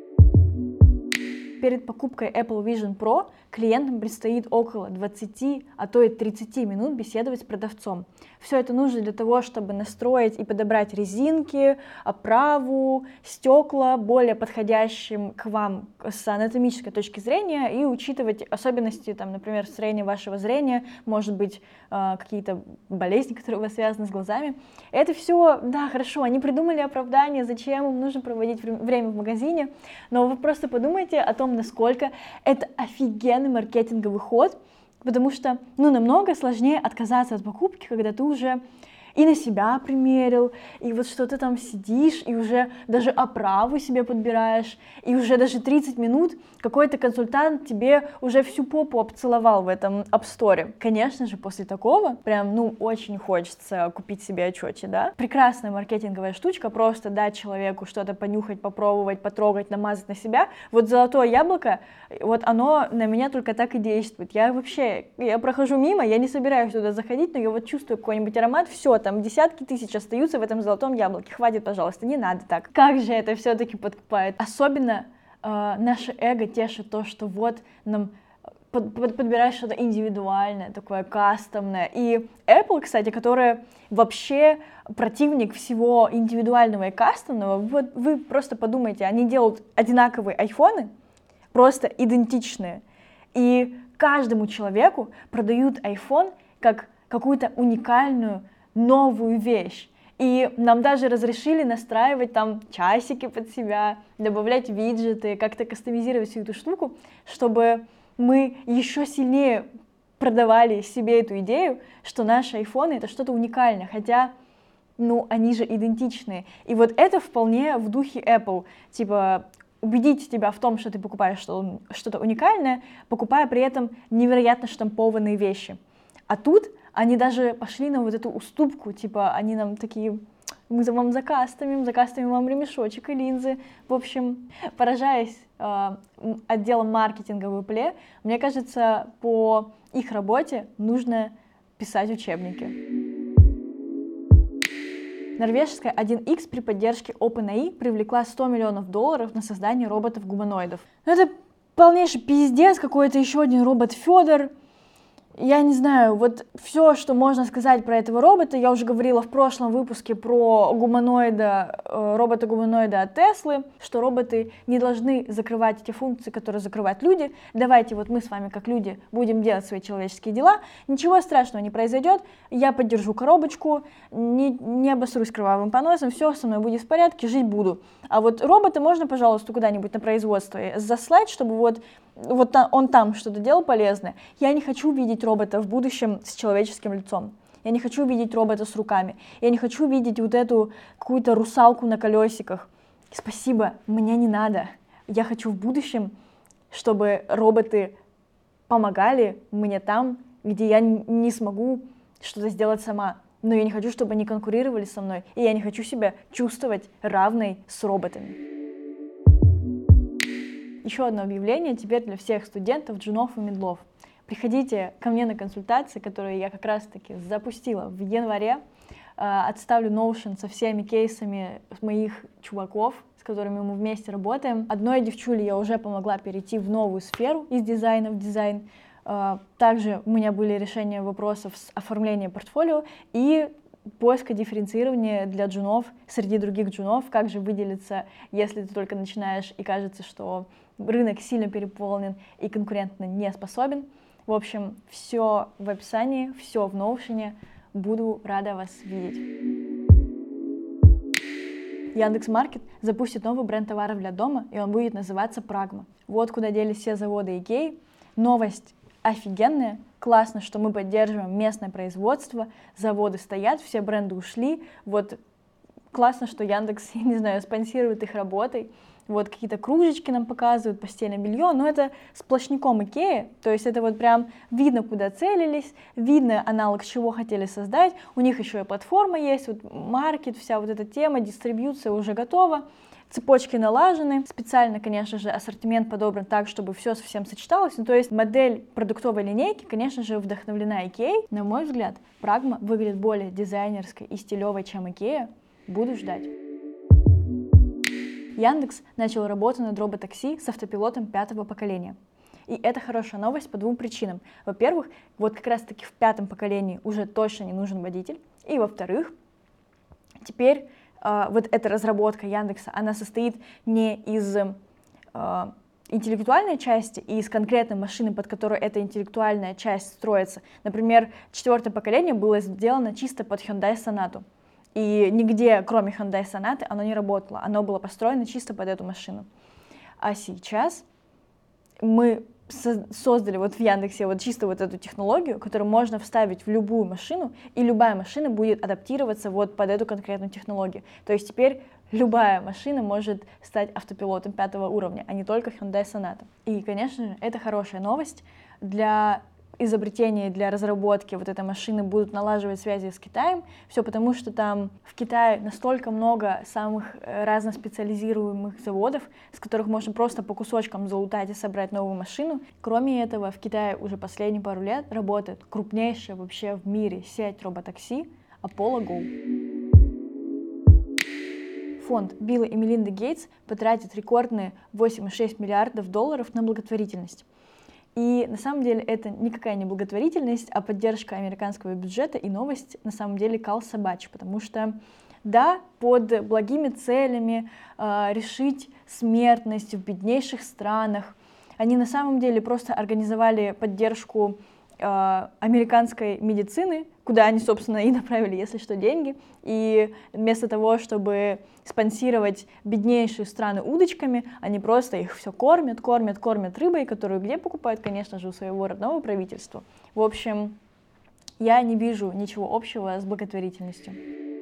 Перед покупкой Apple Vision Pro клиентам предстоит около двадцати, а то и тридцати минут беседовать с продавцом. Все это нужно для того, чтобы настроить и подобрать резинки, оправу, стекла более подходящим к вам с анатомической точки зрения и учитывать особенности, там, например, строения вашего зрения, может быть, э, какие-то болезни, которые у вас связаны с глазами. Это все, да, хорошо, они придумали оправдание, зачем им нужно проводить время в магазине, но вы просто подумайте о том, насколько это офигенный маркетинговый ход, потому что, ну, намного сложнее отказаться от покупки, когда ты уже и на себя примерил, и вот что ты там сидишь, и уже даже оправу себе подбираешь, и уже даже тридцать минут какой-то консультант тебе уже всю попу обцеловал в этом App Store. Конечно же, после такого прям, ну, очень хочется купить себе очечи, да? Прекрасная маркетинговая штучка, просто дать человеку что-то понюхать, попробовать, потрогать, намазать на себя. Вот золотое яблоко, вот оно на меня только так и действует. Я вообще, я прохожу мимо, я не собираюсь туда заходить, но я вот чувствую какой-нибудь аромат, все, там десятки тысяч остаются в этом золотом яблоке. Хватит, пожалуйста, не надо так. Как же это все-таки подкупает. Особенно э, наше эго тешит то, что вот нам под, под, подбираешь что-то индивидуальное, такое кастомное. И Apple, кстати, которая вообще противник всего индивидуального и кастомного, вот вы просто подумайте, они делают одинаковые айфоны, просто идентичные. И каждому человеку продают iPhone как какую-то уникальную новую вещь. И нам даже разрешили настраивать там часики под себя, добавлять виджеты, как-то кастомизировать всю эту штуку, чтобы мы еще сильнее продавали себе эту идею, что наши айфоны — это что-то уникальное, хотя, ну, они же идентичные. И вот это вполне в духе Apple, типа убедить тебя в том, что ты покупаешь что-то уникальное, покупая при этом невероятно штампованные вещи. А тут они даже пошли на вот эту уступку, типа, они нам такие, мы за вам закастомим, закастомим вам ремешочек и линзы. В общем, поражаясь э, отделом маркетинга в Apple, мне кажется, по их работе нужно писать учебники. Норвежская один икс при поддержке OpenAI привлекла сто миллионов долларов на создание роботов-гуманоидов. Ну, это полнейший пиздец, какой-то еще один робот Федор. Я не знаю, вот все, что можно сказать про этого робота, я уже говорила в прошлом выпуске про гуманоида, робота-гуманоида от Теслы, что роботы не должны закрывать эти функции, которые закрывают люди. Давайте вот мы с вами, как люди, будем делать свои человеческие дела. Ничего страшного не произойдет, я поддержу коробочку, не, не обосрусь кровавым поносом, все со мной будет в порядке, жить буду. А вот робота можно, пожалуйста, куда-нибудь на производство заслать, чтобы вот вот та, он там что-то делал полезное. Я не хочу видеть робота в будущем с человеческим лицом. Я не хочу видеть робота с руками. Я не хочу видеть вот эту какую-то русалку на колесиках. Спасибо, мне не надо. Я хочу в будущем, чтобы роботы помогали мне там, где я не смогу что-то сделать сама. Но я не хочу, чтобы они конкурировали со мной. И я не хочу себя чувствовать равной с роботами. Еще одно объявление теперь для всех студентов, джунов и мидлов. Приходите ко мне на консультации, которые я как раз-таки запустила в январе. Отставлю Notion со всеми кейсами моих чуваков, с которыми мы вместе работаем. Одной девчуле я уже помогла перейти в новую сферу из дизайна в дизайн. Также у меня были решения вопросов с оформлением портфолио и поиска дифференцирования для джунов среди других джунов, как же выделиться, если ты только начинаешь и кажется, что рынок сильно переполнен и конкурентно не способен. В общем, все в описании, все в Notion. Буду рада вас видеть. Яндекс.Маркет запустит новый бренд товаров для дома, и он будет называться Прагма. Вот куда делись все заводы Икеи. Новость офигенная. Классно, что мы поддерживаем местное производство. Заводы стоят, все бренды ушли. Вот классно, что Яндекс, я не знаю, спонсирует их работой. Вот какие-то кружечки нам показывают, постельное белье, но это сплошняком Икеи, то есть это вот прям видно, куда целились, видно аналог, чего хотели создать. У них еще и платформа есть, вот маркет, вся вот эта тема, дистрибьюция уже готова, цепочки налажены. Специально, конечно же, ассортимент подобран так, чтобы все совсем сочеталось. Ну, то есть модель продуктовой линейки, конечно же, вдохновлена Икеей. На мой взгляд, Прагма выглядит более дизайнерской и стилевой, чем Икея. Буду ждать. Яндекс начал работу над роботакси с автопилотом пятого поколения. И это хорошая новость по двум причинам. Во-первых, вот как раз-таки в пятом поколении уже точно не нужен водитель. И во-вторых, теперь э, вот эта разработка Яндекса, она состоит не из э, интеллектуальной части и из конкретной машины, под которой эта интеллектуальная часть строится. Например, четвертое поколение было сделано чисто под Hyundai Sonata. И нигде, кроме Hyundai Sonata, оно не работало. Оно было построено чисто под эту машину. А сейчас мы со- создали вот в Яндексе вот чисто вот эту технологию, которую можно вставить в любую машину, и любая машина будет адаптироваться вот под эту конкретную технологию. То есть теперь любая машина может стать автопилотом пятого уровня, а не только Hyundai Sonata. И, конечно же, это хорошая новость. Для изобретения, для разработки вот этой машины будут налаживать связи с Китаем. Все потому, что там в Китае настолько много самых разноспециализируемых заводов, с которых можно просто по кусочкам залутать и собрать новую машину. Кроме этого, в Китае уже последние пару лет работает крупнейшая вообще в мире сеть роботакси Apollo Go. Фонд Билла и Мелинды Гейтс потратит рекордные восемь целых шесть десятых миллиардов долларов на благотворительность. И на самом деле это никакая не благотворительность, а поддержка американского бюджета, и новость на самом деле кал собачий, потому что, да, под благими целями э, решить смертность в беднейших странах, они на самом деле просто организовали поддержку э, американской медицины, куда они, собственно, и направили, если что, деньги, и вместо того, чтобы спонсировать беднейшие страны удочками, они просто их все кормят, кормят, кормят рыбой, которую где покупают, конечно же, у своего родного правительства. В общем, я не вижу ничего общего с благотворительностью.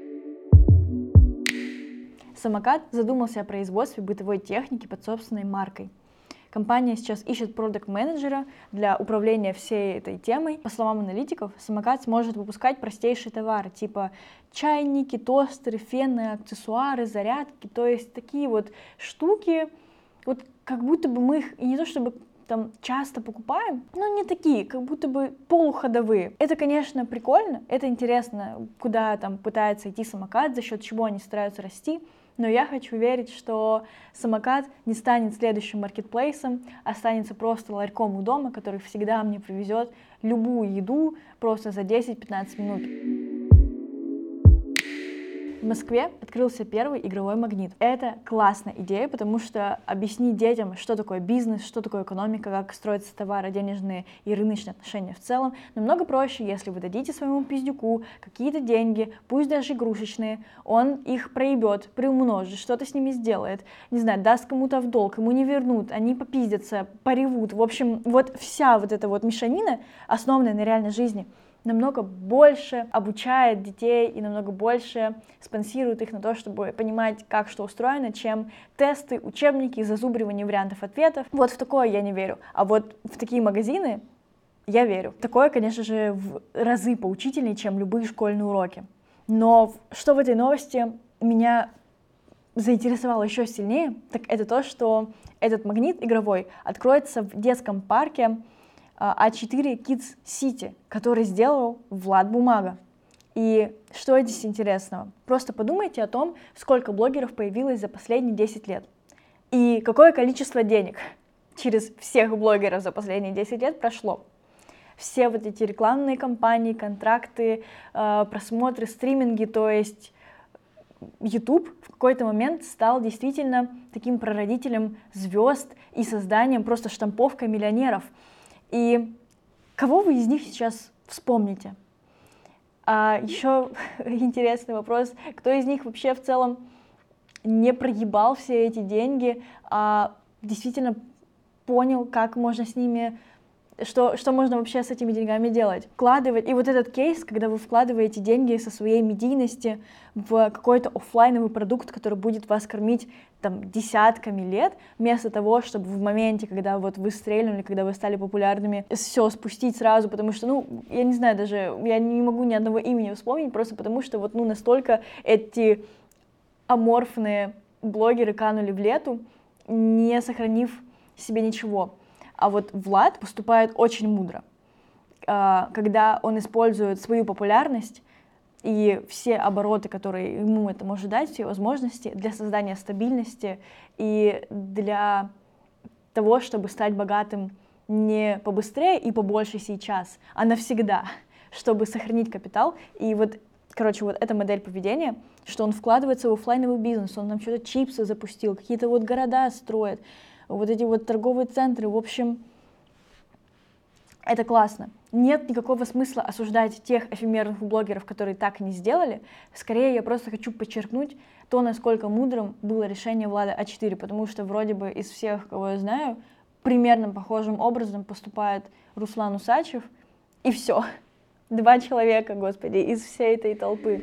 Самокат задумался о производстве бытовой техники под собственной маркой. Компания сейчас ищет продакт-менеджера для управления всей этой темой. По словам аналитиков, самокат сможет выпускать простейшие товары, типа чайники, тостеры, фены, аксессуары, зарядки, то есть такие вот штуки, вот как будто бы мы их, и не то чтобы там часто покупаем, но не такие, как будто бы полуходовые. Это, конечно, прикольно, это интересно, куда там пытается идти самокат, за счет чего они стараются расти. Но я хочу верить, что самокат не станет следующим маркетплейсом, а останется просто ларьком у дома, который всегда мне привезет любую еду просто за десять-пятнадцать минут. В Москве открылся первый игровой магнит. Это классная идея, потому что объяснить детям, что такое бизнес, что такое экономика, как строятся товары, денежные и рыночные отношения в целом, намного проще, если вы дадите своему пиздюку какие-то деньги, пусть даже игрушечные, он их проебет, приумножит, что-то с ними сделает, не знаю, даст кому-то в долг, ему не вернут, они попиздятся, поревут. В общем, вот вся вот эта вот мешанина, основанная на реальной жизни, намного больше обучает детей и намного больше спонсирует их на то, чтобы понимать, как что устроено, чем тесты, учебники, зазубривание вариантов ответов. Вот в такое я не верю. А вот в такие магазины я верю. Такое, конечно же, в разы поучительнее, чем любые школьные уроки. Но что в этой новости меня заинтересовало еще сильнее, так это то, что этот магнит игровой откроется в детском парке а четыре Kids City, который сделал Влад Бумага. И что здесь интересного? Просто подумайте о том, сколько блогеров появилось за последние десять лет. И какое количество денег через всех блогеров за последние десять лет прошло. Все вот эти рекламные кампании, контракты, просмотры, стриминги, то есть YouTube в какой-то момент стал действительно таким прародителем звезд и созданием, просто штамповкой миллионеров. И кого вы из них сейчас вспомните? А еще интересный вопрос, кто из них вообще в целом не проебал все эти деньги, а действительно понял, как можно с ними, что, что можно вообще с этими деньгами делать. Вкладывать, и вот этот кейс, когда вы вкладываете деньги со своей медийности в какой-то офлайновый продукт, который будет вас кормить там десятками лет, вместо того, чтобы в моменте, когда вот вы стрельнули, когда вы стали популярными, все спустить сразу, потому что, ну, я не знаю даже, я не могу ни одного имени вспомнить, просто потому что вот, ну, настолько эти аморфные блогеры канули в лету, не сохранив себе ничего. А вот Влад поступает очень мудро, когда он использует свою популярность и все обороты, которые ему это может дать, все возможности для создания стабильности и для того, чтобы стать богатым не побыстрее и побольше сейчас, а навсегда, чтобы сохранить капитал. И вот, короче, вот эта модель поведения, что он вкладывается в офлайновый бизнес, он там что-то чипсы запустил, какие-то вот города строит, вот эти вот торговые центры, в общем, это классно. Нет никакого смысла осуждать тех эфемерных блогеров, которые так не сделали. Скорее, я просто хочу подчеркнуть то, насколько мудрым было решение Влада а четыре, потому что вроде бы из всех, кого я знаю, примерно похожим образом поступает Руслан Усачев, и все. Два человека, господи, из всей этой толпы.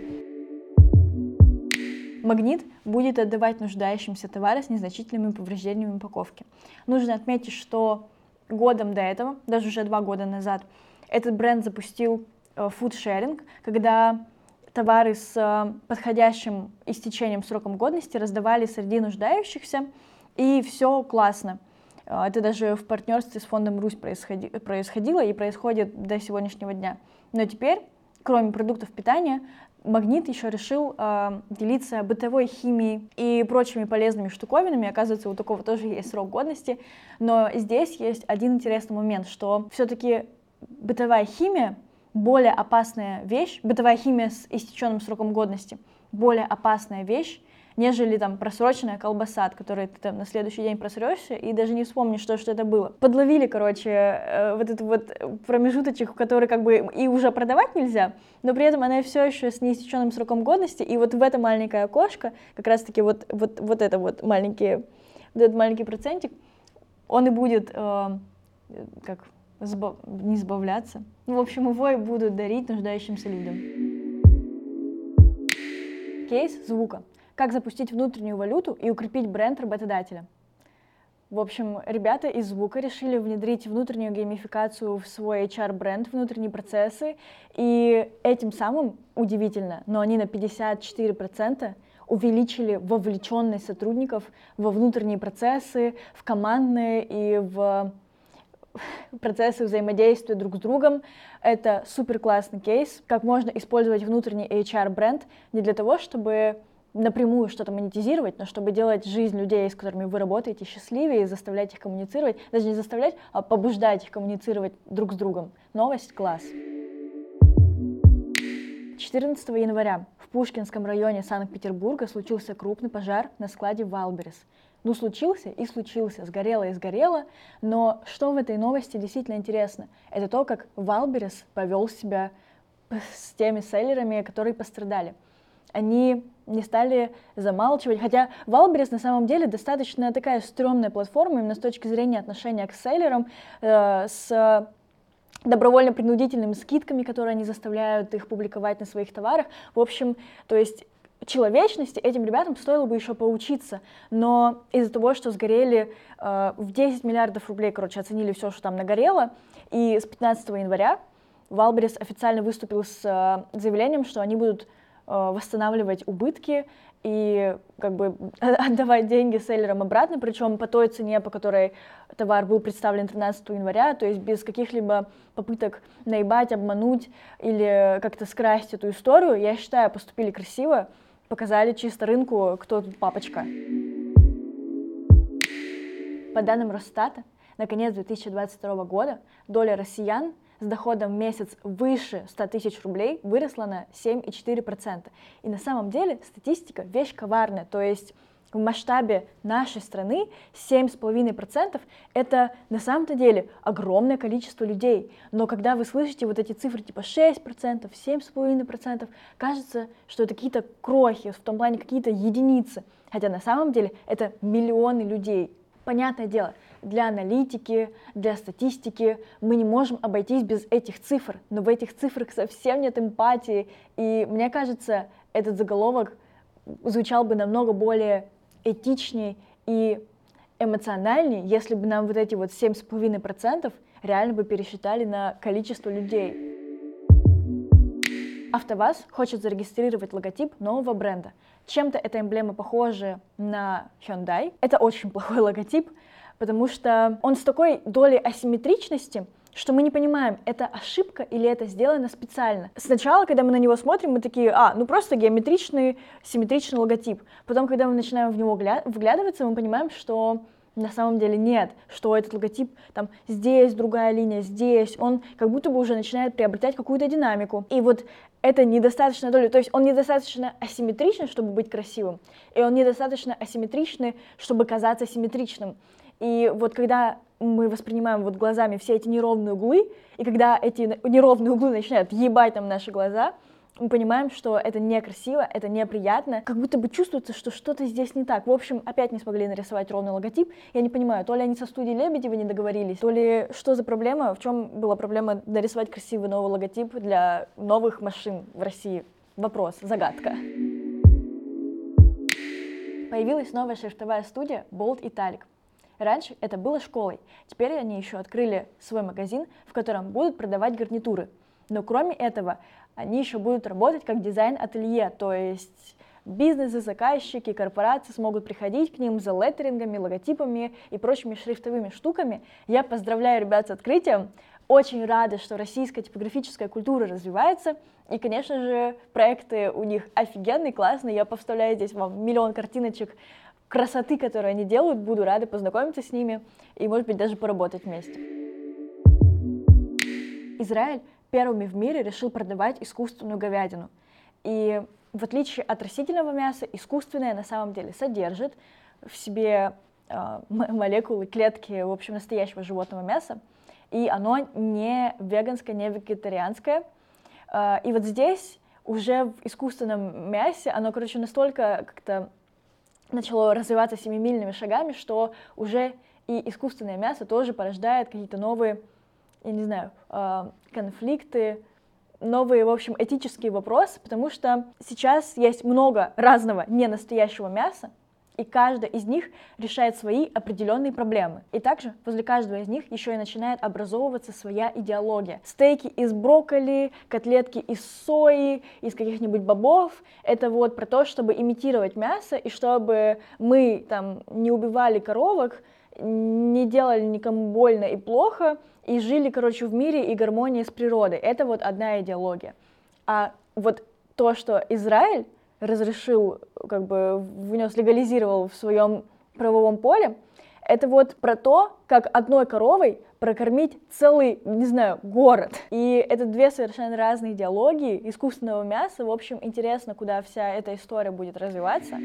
Магнит будет отдавать нуждающимся товары с незначительными повреждениями упаковки. Нужно отметить, что годом до этого, даже уже два года назад, этот бренд запустил фудшеринг, когда товары с подходящим истечением сроком годности раздавали среди нуждающихся, и все классно. Это даже в партнерстве с фондом Русь происходило и происходит до сегодняшнего дня. Но теперь, кроме продуктов питания, Магнит еще решил э, делиться бытовой химией и прочими полезными штуковинами. Оказывается, у такого тоже есть срок годности. Но здесь есть один интересный момент, что все-таки бытовая химия более опасная вещь, бытовая химия с истеченным сроком годности более опасная вещь, нежели там просроченная колбаса, от которой ты там на следующий день просрешься и даже не вспомнишь, что, что это было. Подловили, короче, э, вот этот вот промежуточек, который как бы и уже продавать нельзя, но при этом она все еще с неистеченным сроком годности, и вот в это маленькое окошко, как раз-таки вот, вот, вот это вот маленький, вот этот маленький процентик, он и будет э, как сбав... не сбавляться. Ну, в общем, его и будут дарить нуждающимся людям. Кейс звука. Как запустить внутреннюю валюту и укрепить бренд работодателя. В общем, ребята из Звука решили внедрить внутреннюю геймификацию в свой эйч ар-бренд, внутренние процессы, и этим самым, удивительно, но они на пятьдесят четыре процента увеличили вовлеченность сотрудников во внутренние процессы, в командные и в процессы взаимодействия друг с другом. Это супер классный кейс, как можно использовать внутренний эйч ар-бренд не для того, чтобы напрямую что-то монетизировать, но чтобы делать жизнь людей, с которыми вы работаете, счастливее, заставлять их коммуницировать, даже не заставлять, а побуждать их коммуницировать друг с другом. Новость класс. четырнадцатого января в в Пушкинском районе Санкт-Петербурга случился крупный пожар на складе Вайлберрис. Ну, случился и случился, сгорело и сгорело, но что в этой новости действительно интересно? Это то, как Вайлберрис повел себя с теми селлерами, которые пострадали. Они не стали замалчивать, хотя Вайлберрис на самом деле достаточно такая стрёмная платформа именно с точки зрения отношения к селлерам, э, с добровольно-принудительными скидками, которые они заставляют их публиковать на своих товарах. В общем, то есть человечности этим ребятам стоило бы еще поучиться, но из-за того, что сгорели э, в десять миллиардов рублей, короче, оценили все, что там нагорело, и с пятнадцатого января Вайлберрис официально выступил с э, заявлением, что они будут э, восстанавливать убытки и как бы отдавать деньги селлерам обратно, причем по той цене, по которой товар был представлен тринадцатого января, то есть без каких-либо попыток наебать, обмануть или как-то скрасть эту историю. Я считаю, поступили красиво, показали чисто рынку, кто тут папочка. По данным Росстата, на конец две тысячи двадцать второго года доля россиян с доходом в месяц выше ста тысяч рублей выросла на семь и четыре десятых процента. И на самом деле статистика вещь коварная, то есть в масштабе нашей страны семь и пять десятых процента это на самом-то деле огромное количество людей. Но когда вы слышите вот эти цифры типа шесть процентов, семь и пять десятых процента, кажется, что это какие-то крохи, в том плане какие-то единицы. Хотя на самом деле это миллионы людей. Понятное дело, для аналитики, для статистики мы не можем обойтись без этих цифр, но в этих цифрах совсем нет эмпатии, и мне кажется, этот заголовок звучал бы намного более этичнее и эмоциональнее, если бы нам вот эти вот семь и пять десятых процента реально бы пересчитали на количество людей. АвтоВАЗ хочет зарегистрировать логотип нового бренда. Чем-то эта эмблема похожа на Hyundai. Это очень плохой логотип, потому что он с такой долей асимметричности, что мы не понимаем, это ошибка или это сделано специально. Сначала, когда мы на него смотрим, мы такие, а, ну просто геометричный, симметричный логотип. Потом, когда мы начинаем в него вглядываться, мы понимаем, что на самом деле нет, что этот логотип там здесь другая линия, здесь, он как будто бы уже начинает приобретать какую-то динамику. И вот это недостаточно доля, то есть он недостаточно асимметричный, чтобы быть красивым, и он недостаточно асимметричный, чтобы казаться симметричным. И вот когда мы воспринимаем вот глазами все эти неровные углы, и когда эти неровные углы начинают ебать нам наши глаза, мы понимаем, что это некрасиво, это неприятно, как будто бы чувствуется, что что-то здесь не так. В общем, опять не смогли нарисовать ровный логотип. Я не понимаю, то ли они со студией Лебедева не договорились, то ли что за проблема, в чем была проблема нарисовать красивый новый логотип для новых машин в России? Вопрос, загадка. Появилась новая шрифтовая студия Bold Italic. Раньше это было школой, теперь они еще открыли свой магазин, в котором будут продавать гарнитуры. Но кроме этого, они еще будут работать как дизайн-ателье, то есть бизнесы, заказчики, корпорации смогут приходить к ним за леттерингами, логотипами и прочими шрифтовыми штуками. Я поздравляю ребят с открытием, очень рада, что российская типографическая культура развивается, и, конечно же, проекты у них офигенные, классные, я повставляю здесь вам миллион картиночек красоты, которые они делают, буду рада познакомиться с ними и, может быть, даже поработать вместе. Израиль первыми в мире решил продавать искусственную говядину. И в отличие от растительного мяса, искусственное на самом деле содержит в себе э, молекулы, клетки, в общем, настоящего животного мяса. И оно не веганское, не вегетарианское. Э, и вот здесь уже в искусственном мясе оно, короче, настолько как-то начало развиваться семимильными шагами, что уже и искусственное мясо тоже порождает какие-то новые, я не знаю, конфликты, новые, в общем, этические вопросы, потому что сейчас есть много разного ненастоящего мяса, и каждая из них решает свои определенные проблемы. И также возле каждого из них еще и начинает образовываться своя идеология. Стейки из брокколи, котлетки из сои, из каких-нибудь бобов. Это вот про то, чтобы имитировать мясо, и чтобы мы там не убивали коровок, не делали никому больно и плохо, и жили, короче, в мире и гармонии с природой. Это вот одна идеология. А вот то, что Израиль разрешил, как бы внес, легализировал в своем правовом поле, это вот про то, как одной коровой прокормить целый, не знаю, город. И это две совершенно разные идеологии искусственного мяса. В общем, интересно, куда вся эта история будет развиваться.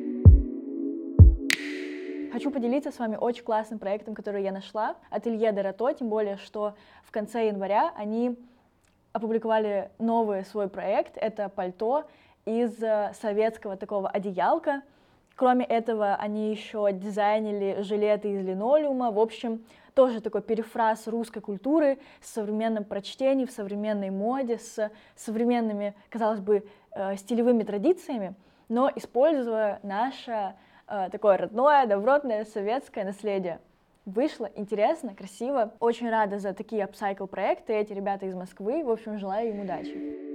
Хочу поделиться с вами очень классным проектом, который я нашла. Ателье Дорато, тем более, что в конце января они опубликовали новый свой проект. Это пальто из советского такого одеялка. Кроме этого, они еще дизайнили жилеты из линолеума. В общем, тоже такой перефраз русской культуры с современным прочтением, в современной моде, с современными, казалось бы, стилевыми традициями, но используя наше такое родное, добротное советское наследие. Вышло интересно, красиво. Очень рада за такие апсайкл проекты. Эти ребята из Москвы. В общем, желаю им удачи.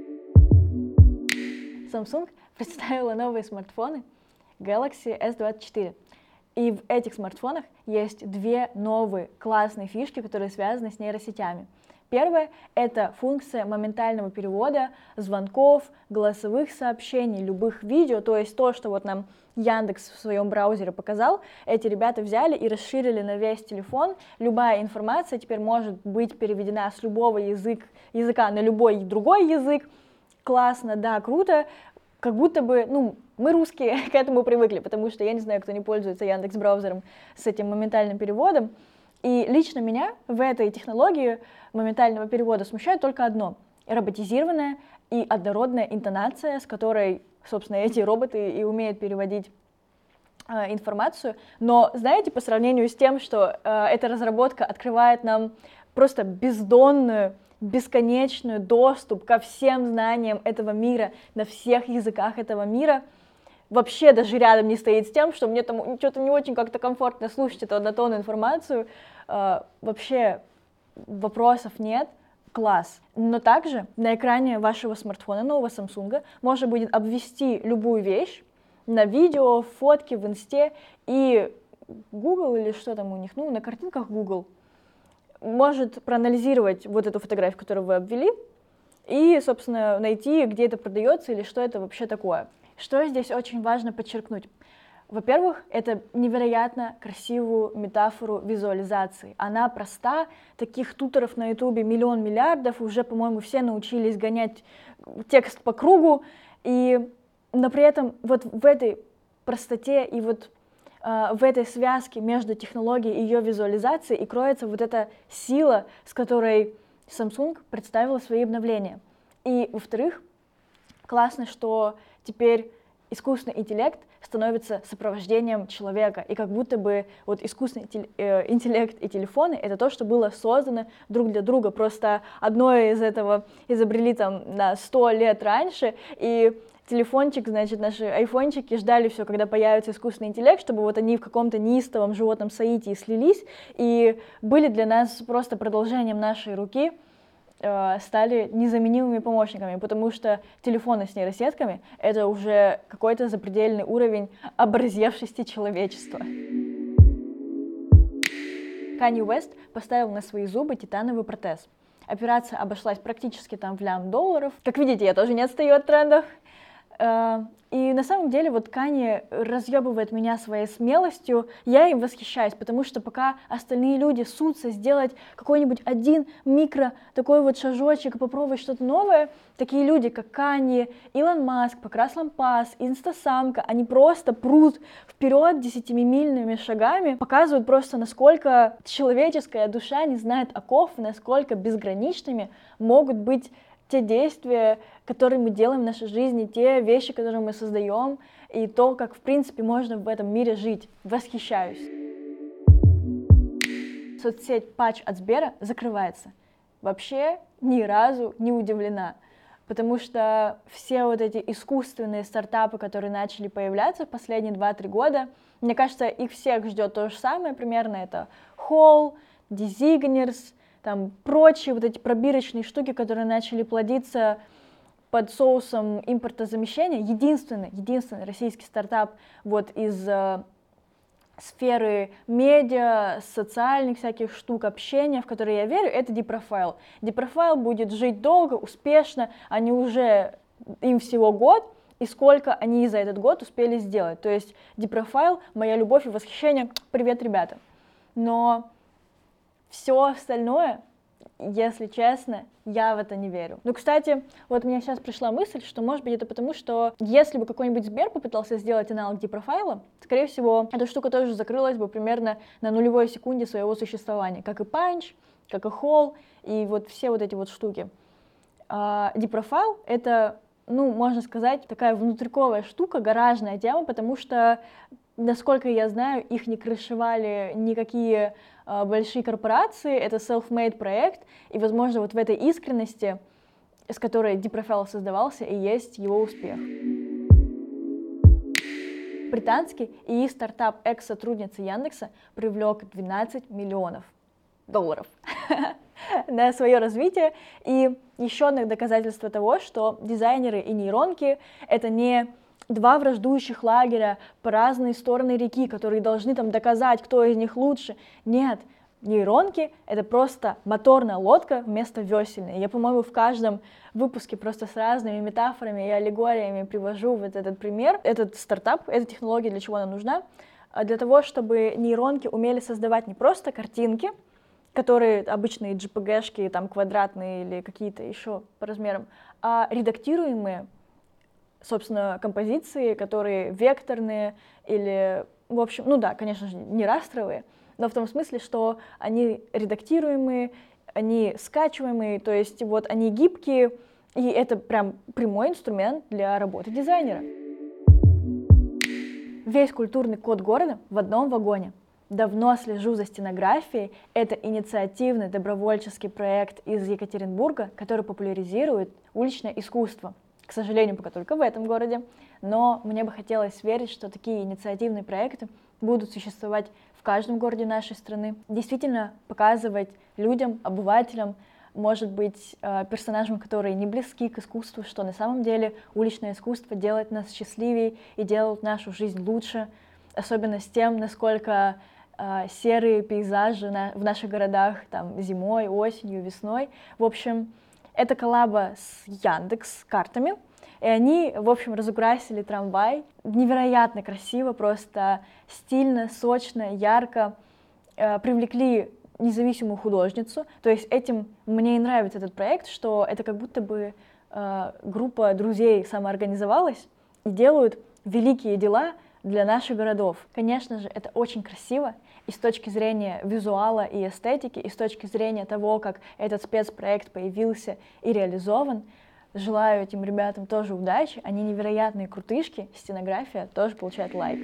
Samsung представила новые смартфоны Galaxy эс двадцать четыре. И в этих смартфонах есть две новые классные фишки, которые связаны с нейросетями. Первое — это функция моментального перевода звонков, голосовых сообщений, любых видео, то есть то, что вот нам Яндекс в своем браузере показал, эти ребята взяли и расширили на весь телефон. Любая информация теперь может быть переведена с любого язык, языка на любой другой язык. Классно, да, круто. Как будто бы, ну, мы русские к этому привыкли, потому что я не знаю, кто не пользуется Яндекс.Браузером с этим моментальным переводом. И лично меня в этой технологии моментального перевода смущает только одно — роботизированная и однородная интонация, с которой, собственно, эти роботы и умеют переводить э, информацию. Но, знаете, по сравнению с тем, что э, эта разработка открывает нам просто бездонную, бесконечный доступ ко всем знаниям этого мира, на всех языках этого мира, вообще даже рядом не стоит с тем, что мне там что-то не очень как-то комфортно слушать эту однотонную информацию. Э, вообще вопросов нет. Класс. Но также на экране вашего смартфона, нового Samsung, можно будет обвести любую вещь на видео, фотки в инсте, и Google или что там у них, ну, на картинках Google может проанализировать вот эту фотографию, которую вы обвели, и, собственно, найти, где это продается или что это вообще такое. Что здесь очень важно подчеркнуть? Во-первых, это невероятно красивую метафору визуализации. Она проста, таких туторов на ютубе миллион миллиардов, уже, по-моему, все научились гонять текст по кругу, и, но при этом вот в этой простоте и вот э, в этой связке между технологией и ее визуализацией и кроется вот эта сила, с которой Samsung представила свои обновления. И, во-вторых, классно, что теперь искусственный интеллект становится сопровождением человека, и как будто бы вот искусственный интеллект и телефоны — это то, что было создано друг для друга, просто одно из этого изобрели там на сто лет раньше, и телефончик, значит, наши айфончики ждали все, когда появится искусственный интеллект, чтобы вот они в каком-то неистовом животном соитии слились, и были для нас просто продолжением нашей руки, стали незаменимыми помощниками, потому что телефоны с нейросетками — это уже какой-то запредельный уровень образевшести человечества. Канье Уэст поставил на свои зубы титановый протез. Операция обошлась практически там в лям долларов. Как видите, я тоже не отстаю от трендов. И на самом деле вот Канье разъебывает меня своей смелостью, я им восхищаюсь, потому что пока остальные люди ссутся сделать какой-нибудь один микро такой вот шажочек и попробовать что-то новое, такие люди, как Канье, Илон Маск, Покрас Лампас, Инстасамка, они просто прут вперед десятимильными шагами, показывают просто, насколько человеческая душа не знает оков, насколько безграничными могут быть те действия, которые мы делаем в нашей жизни, те вещи, которые мы создаем, и то, как, в принципе, можно в этом мире жить. Восхищаюсь. Соцсеть Патч от Сбера закрывается. Вообще ни разу не удивлена, потому что все вот эти искусственные стартапы, которые начали появляться в последние два-три года, мне кажется, их всех ждет то же самое примерно. Это Hall, Designers, там прочие вот эти пробирочные штуки, которые начали плодиться под соусом импортозамещения. Единственный, единственный российский стартап вот из э, сферы медиа, социальных всяких штук, общения, в которые я верю, это Deprofile. Deprofile будет жить долго, успешно, они уже, им всего год, и сколько они за этот год успели сделать. То есть Deprofile — моя любовь и восхищение. Привет, ребята. Но Все остальное, если честно, я в это не верю. Ну, кстати, вот мне сейчас пришла мысль, что, может быть, это потому, что если бы какой-нибудь Сбер попытался сделать аналог депрофайла, скорее всего, эта штука тоже закрылась бы примерно на нулевой секунде своего существования, как и Punch, как и Hall, и вот все вот эти вот штуки. А депрофайл — это, ну, можно сказать, такая внутриковая штука, гаражная тема, потому что, насколько я знаю, их не крышевали никакие а, большие корпорации, это self-made проект, и, возможно, вот в этой искренности, с которой депрофайл создавался, и есть его успех. Британский ИИ стартап экс-сотрудницы Яндекса привлек двенадцать миллионов долларов на свое развитие, и еще одно доказательство того, что дизайнеры и нейронки — это не два враждующих лагеря по разные стороны реки, которые должны там доказать, кто из них лучше. Нет, нейронки — это просто моторная лодка вместо весельной. Я, по-моему, в каждом выпуске просто с разными метафорами и аллегориями привожу вот этот пример. Этот стартап, эта технология, для чего она нужна? Для того, чтобы нейронки умели создавать не просто картинки, которые обычные джи пи джи-шки, там, квадратные или какие-то еще по размерам, а редактируемые, собственно, композиции, которые векторные или, в общем, ну да, конечно же, не растровые, но в том смысле, что они редактируемые, они скачиваемые, то есть вот они гибкие, и это прям прямой инструмент для работы дизайнера. Весь культурный код города в одном вагоне. Давно слежу за стенографией. Это инициативный добровольческий проект из Екатеринбурга, который популяризирует уличное искусство. К сожалению, пока только в этом городе, но мне бы хотелось верить, что такие инициативные проекты будут существовать в каждом городе нашей страны. Действительно показывать людям, обывателям, может быть, персонажам, которые не близки к искусству, что на самом деле уличное искусство делает нас счастливее и делает нашу жизнь лучше, особенно с тем, насколько серые пейзажи на, в наших городах там зимой, осенью, весной. В общем, это коллаба с Яндекс.Картами, и они, в общем, разукрасили трамвай. Невероятно красиво, просто стильно, сочно, ярко. Э, привлекли независимую художницу. То есть этим мне и нравится этот проект, что это как будто бы э, группа друзей самоорганизовалась и делают великие дела для наших городов. Конечно же, это очень красиво и с точки зрения визуала и эстетики, и с точки зрения того, как этот спецпроект появился и реализован. Желаю этим ребятам тоже удачи, они невероятные крутышки, стенография тоже получает лайк.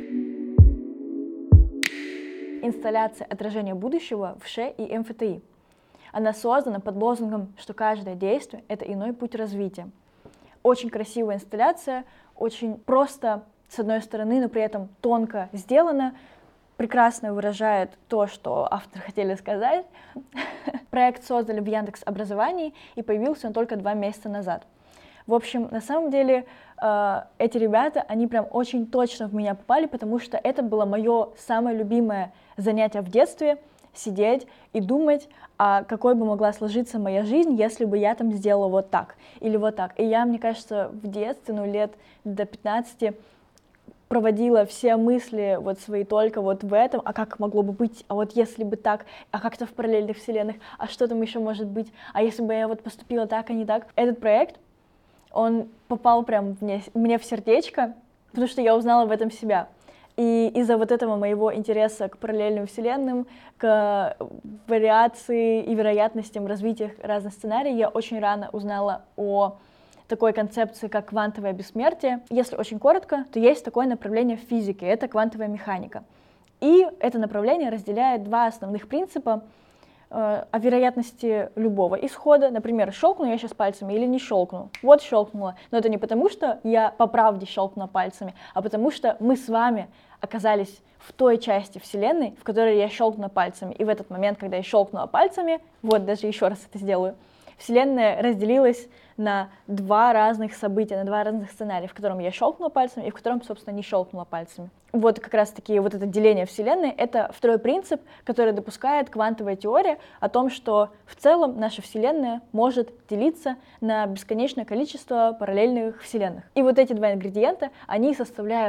Инсталляция отражения будущего в ШЭ и эм эф тэ и. Она создана под лозунгом, что каждое действие — это иной путь развития. Очень красивая инсталляция, очень просто, с одной стороны, но при этом тонко сделано, прекрасно выражает то, что авторы хотели сказать. Проект создали в Яндекс.Образовании, и появился он только два месяца назад. В общем, на самом деле, э, эти ребята, они прям очень точно в меня попали, потому что это было мое самое любимое занятие в детстве — сидеть и думать, а какой бы могла сложиться моя жизнь, если бы я там сделала вот так или вот так. И я, мне кажется, в детстве, ну, лет до пятнадцати, проводила все мысли вот свои только вот в этом, а как могло бы быть, а вот если бы так, а как-то в параллельных вселенных, а что там еще может быть, а если бы я вот поступила так, а не так. Этот проект, он попал прям мне, мне в сердечко, потому что я узнала в этом себя. И из-за вот этого моего интереса к параллельным вселенным, к вариации и вероятностям развития разных сценариев, я очень рано узнала о такой концепции, как квантовое бессмертие. Если очень коротко, то есть такое направление в физике, это квантовая механика. И это направление разделяет два основных принципа э, о вероятности любого исхода. Например, щелкну я сейчас пальцами или не щелкну. Вот щелкнула. Но это не потому, что я по правде щелкнула пальцами, а потому что мы с вами оказались в той части Вселенной, в которой я щелкнула пальцами. И в этот момент, когда я щелкнула пальцами, вот даже еще раз это сделаю, Вселенная разделилась на два разных события, на два разных сценария, в котором я щелкнула пальцами и в котором, собственно, не щелкнула пальцами. Вот как раз-таки вот это деление Вселенной — это второй принцип, который допускает квантовая теория о том, что в целом наша Вселенная может делиться на бесконечное количество параллельных вселенных. И вот эти два ингредиента, они составляют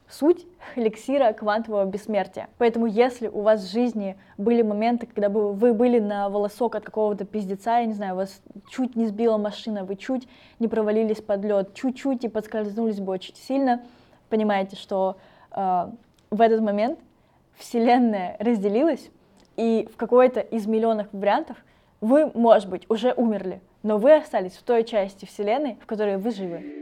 суть эликсира квантового бессмертия. Поэтому если у вас в жизни были моменты, когда вы были на волосок от какого-то пиздеца, я не знаю, вас чуть не сбила машина, вы чуть не провалились под лед, чуть-чуть и подскользнулись бы очень сильно, понимаете, что э, в этот момент Вселенная разделилась, и в какой-то из миллионов вариантов вы, может быть, уже умерли, но вы остались в той части Вселенной, в которой вы живы.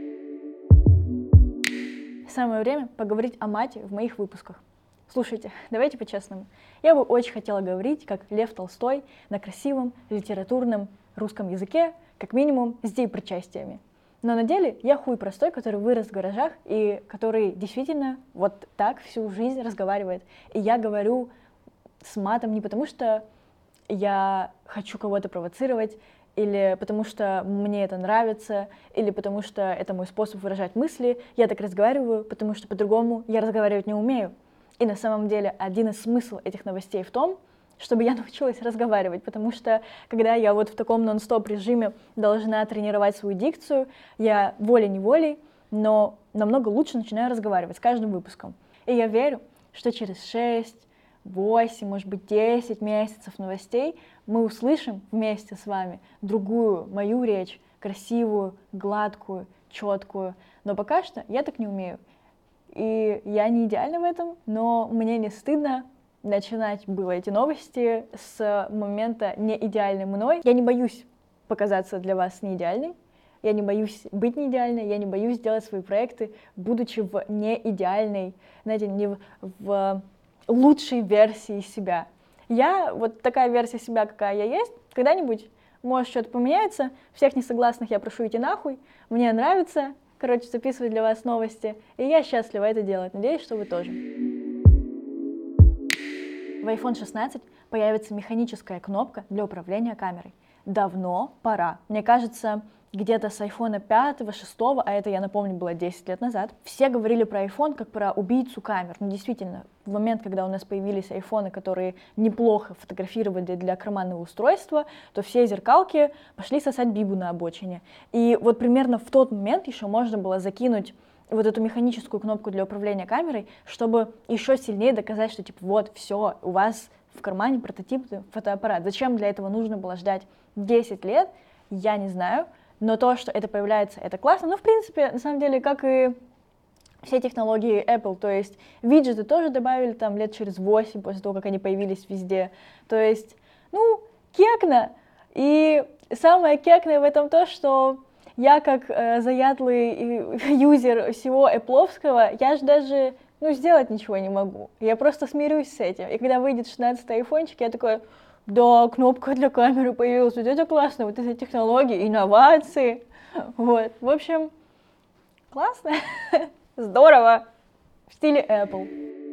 Самое время поговорить о мате в моих выпусках. Слушайте, давайте по-честному. Я бы очень хотела говорить, как Лев Толстой, на красивом литературном русском языке, как минимум с деепричастиями. Но на деле я хуй простой, который вырос в гаражах и который действительно вот так всю жизнь разговаривает. И я говорю с матом не потому, что я хочу кого-то провоцировать, или потому что мне это нравится, или потому что это мой способ выражать мысли. Я так разговариваю, потому что по-другому я разговаривать не умею. И на самом деле один из смыслов этих новостей в том, чтобы я научилась разговаривать, потому что когда я вот в таком нон-стоп режиме должна тренировать свою дикцию, я волей-неволей, но намного лучше начинаю разговаривать с каждым выпуском. И я верю, что через шесть, восемь, может быть, десять месяцев новостей мы услышим вместе с вами другую мою речь, красивую, гладкую, четкую. Но пока что я так не умею. И я не идеальна в этом, но мне не стыдно начинать было эти новости с момента неидеальной мной. Я не боюсь показаться для вас неидеальной, я не боюсь быть неидеальной, я не боюсь делать свои проекты, будучи в неидеальной, знаете, не в, в лучшей версии себя. Я вот такая версия себя, какая я есть, когда-нибудь может что-то поменяется, всех несогласных я прошу идти нахуй, мне нравится, короче, записывать для вас новости, и я счастлива это делать, надеюсь, что вы тоже. В айфон шестнадцать появится механическая кнопка для управления камерой. Давно пора. Мне кажется, где-то с айфона пятого, шестого, а это, я напомню, было десять лет назад, все говорили про iPhone как про убийцу камер. Ну, действительно, в момент, когда у нас появились айфоны, которые неплохо фотографировали для карманного устройства, то все зеркалки пошли сосать бибу на обочине. И вот примерно в тот момент еще можно было закинуть вот эту механическую кнопку для управления камерой, чтобы еще сильнее доказать, что, типа, вот, все, у вас в кармане прототипный фотоаппарат. Зачем для этого нужно было ждать десять лет, я не знаю. Но то, что это появляется, это классно. Ну, в принципе, на самом деле, как и все технологии Apple, то есть виджеты тоже добавили там лет через восемь после того, как они появились везде. То есть, ну, кекно. И самое кекное в этом то, что я как э, заядлый юзер всего Apple'овского, я же даже, ну, сделать ничего не могу. Я просто смирюсь с этим. И когда выйдет шестнадцатый айфончик, я такой... Да, кнопка для камеры появилась, вот это классно, вот эти технологии, инновации, вот, в общем, классно, здорово, в стиле Apple.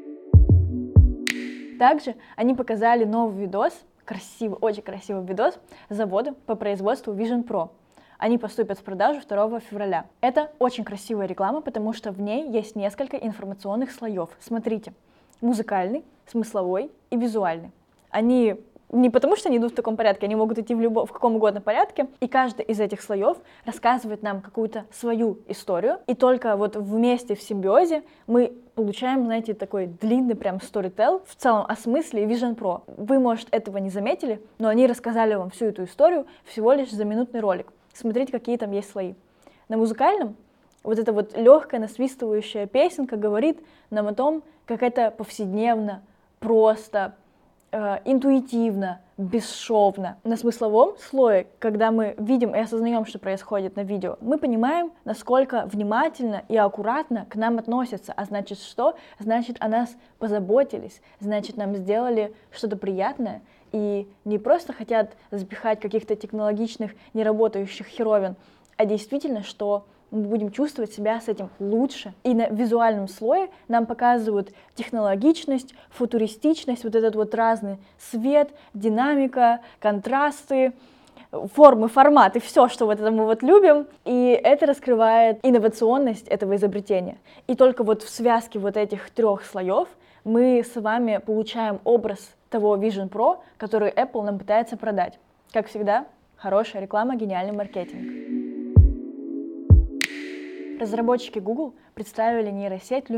Также они показали новый видос, красивый, очень красивый видос завода по производству Vision Pro. Они поступят в продажу второго февраля. Это очень красивая реклама, потому что в ней есть несколько информационных слоев. Смотрите, музыкальный, смысловой и визуальный. Они не потому, что они идут в таком порядке, они могут идти в, любом, в каком угодно порядке, и каждый из этих слоев рассказывает нам какую-то свою историю, и только вот вместе в симбиозе мы получаем, знаете, такой длинный прям storytell в целом о смысле Vision Pro. Вы, может, этого не заметили, но они рассказали вам всю эту историю всего лишь за минутный ролик. Смотрите, какие там есть слои. На музыкальном вот эта вот легкая насвистывающая песенка говорит нам о том, как это повседневно, просто, интуитивно, бесшовно. На смысловом слое, когда мы видим и осознаем, что происходит на видео, мы понимаем, насколько внимательно и аккуратно к нам относятся. А значит что? Значит, о нас позаботились, значит, нам сделали что-то приятное и не просто хотят запихать каких-то технологичных, неработающих херовин, а действительно, что мы будем чувствовать себя с этим лучше. И на визуальном слое нам показывают технологичность, футуристичность, вот этот вот разный свет, динамика, контрасты, формы, форматы, все, что вот это мы вот любим. И это раскрывает инновационность этого изобретения. И только вот в связке вот этих трех слоев мы с вами получаем образ того Vision Pro, который Apple нам пытается продать. Как всегда, хорошая реклама, гениальный маркетинг. Разработчики Google представили нейросеть Lumiere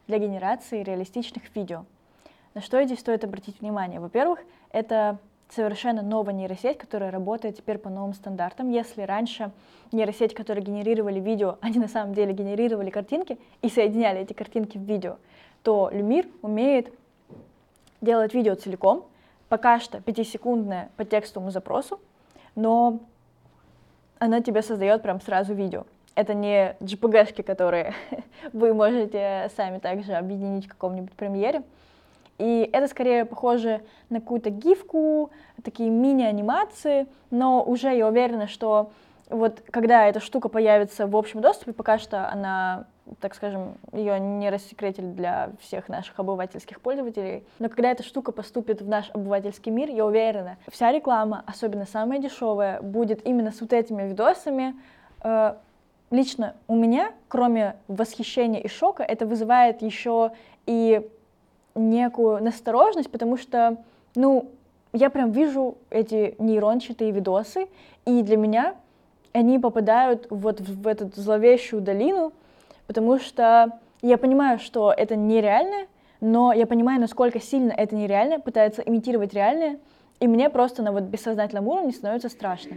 для генерации реалистичных видео. На что здесь стоит обратить внимание? Во-первых, это совершенно новая нейросеть, которая работает теперь по новым стандартам. Если раньше нейросети, которые генерировали видео, они на самом деле генерировали картинки и соединяли эти картинки в видео, то Lumiere умеет делать видео целиком, пока что пятисекундное по текстовому запросу, но она тебе создает прям сразу видео. Это не джей пи джи-шки, которые вы можете сами также объединить в каком-нибудь премьере. И это скорее похоже на какую-то гифку, такие мини-анимации, но уже я уверена, что вот когда эта штука появится в общем доступе, пока что она, так скажем, ее не рассекретили для всех наших обывательских пользователей, но когда эта штука поступит в наш обывательский мир, я уверена, вся реклама, особенно самая дешевая, будет именно с вот этими видосами. Лично у меня, кроме восхищения и шока, это вызывает еще и некую настороженность, потому что, ну, я прям вижу эти нейрончатые видосы, и для меня они попадают вот в, в эту зловещую долину, потому что я понимаю, что это нереально, но я понимаю, насколько сильно это нереально, пытается имитировать реальное, и мне просто на вот бессознательном уровне становится страшно.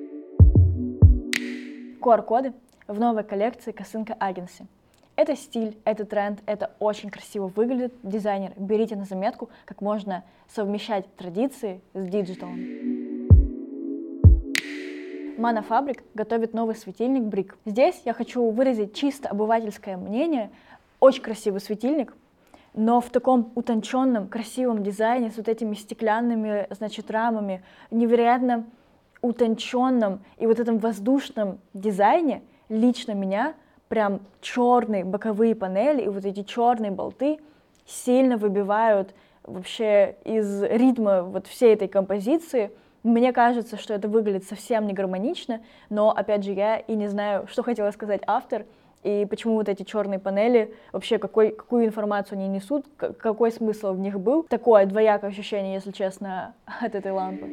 ку ар-коды в новой коллекции Косынка Agency. Это стиль, это тренд, это очень красиво выглядит. Дизайнер, берите на заметку, как можно совмещать традиции с диджиталом. Mana Fabric готовит новый светильник Brick. Здесь я хочу выразить чисто обывательское мнение. Очень красивый светильник, но в таком утонченном, красивом дизайне с вот этими стеклянными, значит, рамами, невероятно утонченном и вот этом воздушном дизайне лично меня прям черные боковые панели и вот эти черные болты сильно выбивают вообще из ритма вот всей этой композиции. Мне кажется, что это выглядит совсем не гармонично, но, опять же, я и не знаю, что хотела сказать автор, и почему вот эти черные панели, вообще какой, какую информацию они несут, какой смысл в них был. Такое двоякое ощущение, если честно, от этой лампы.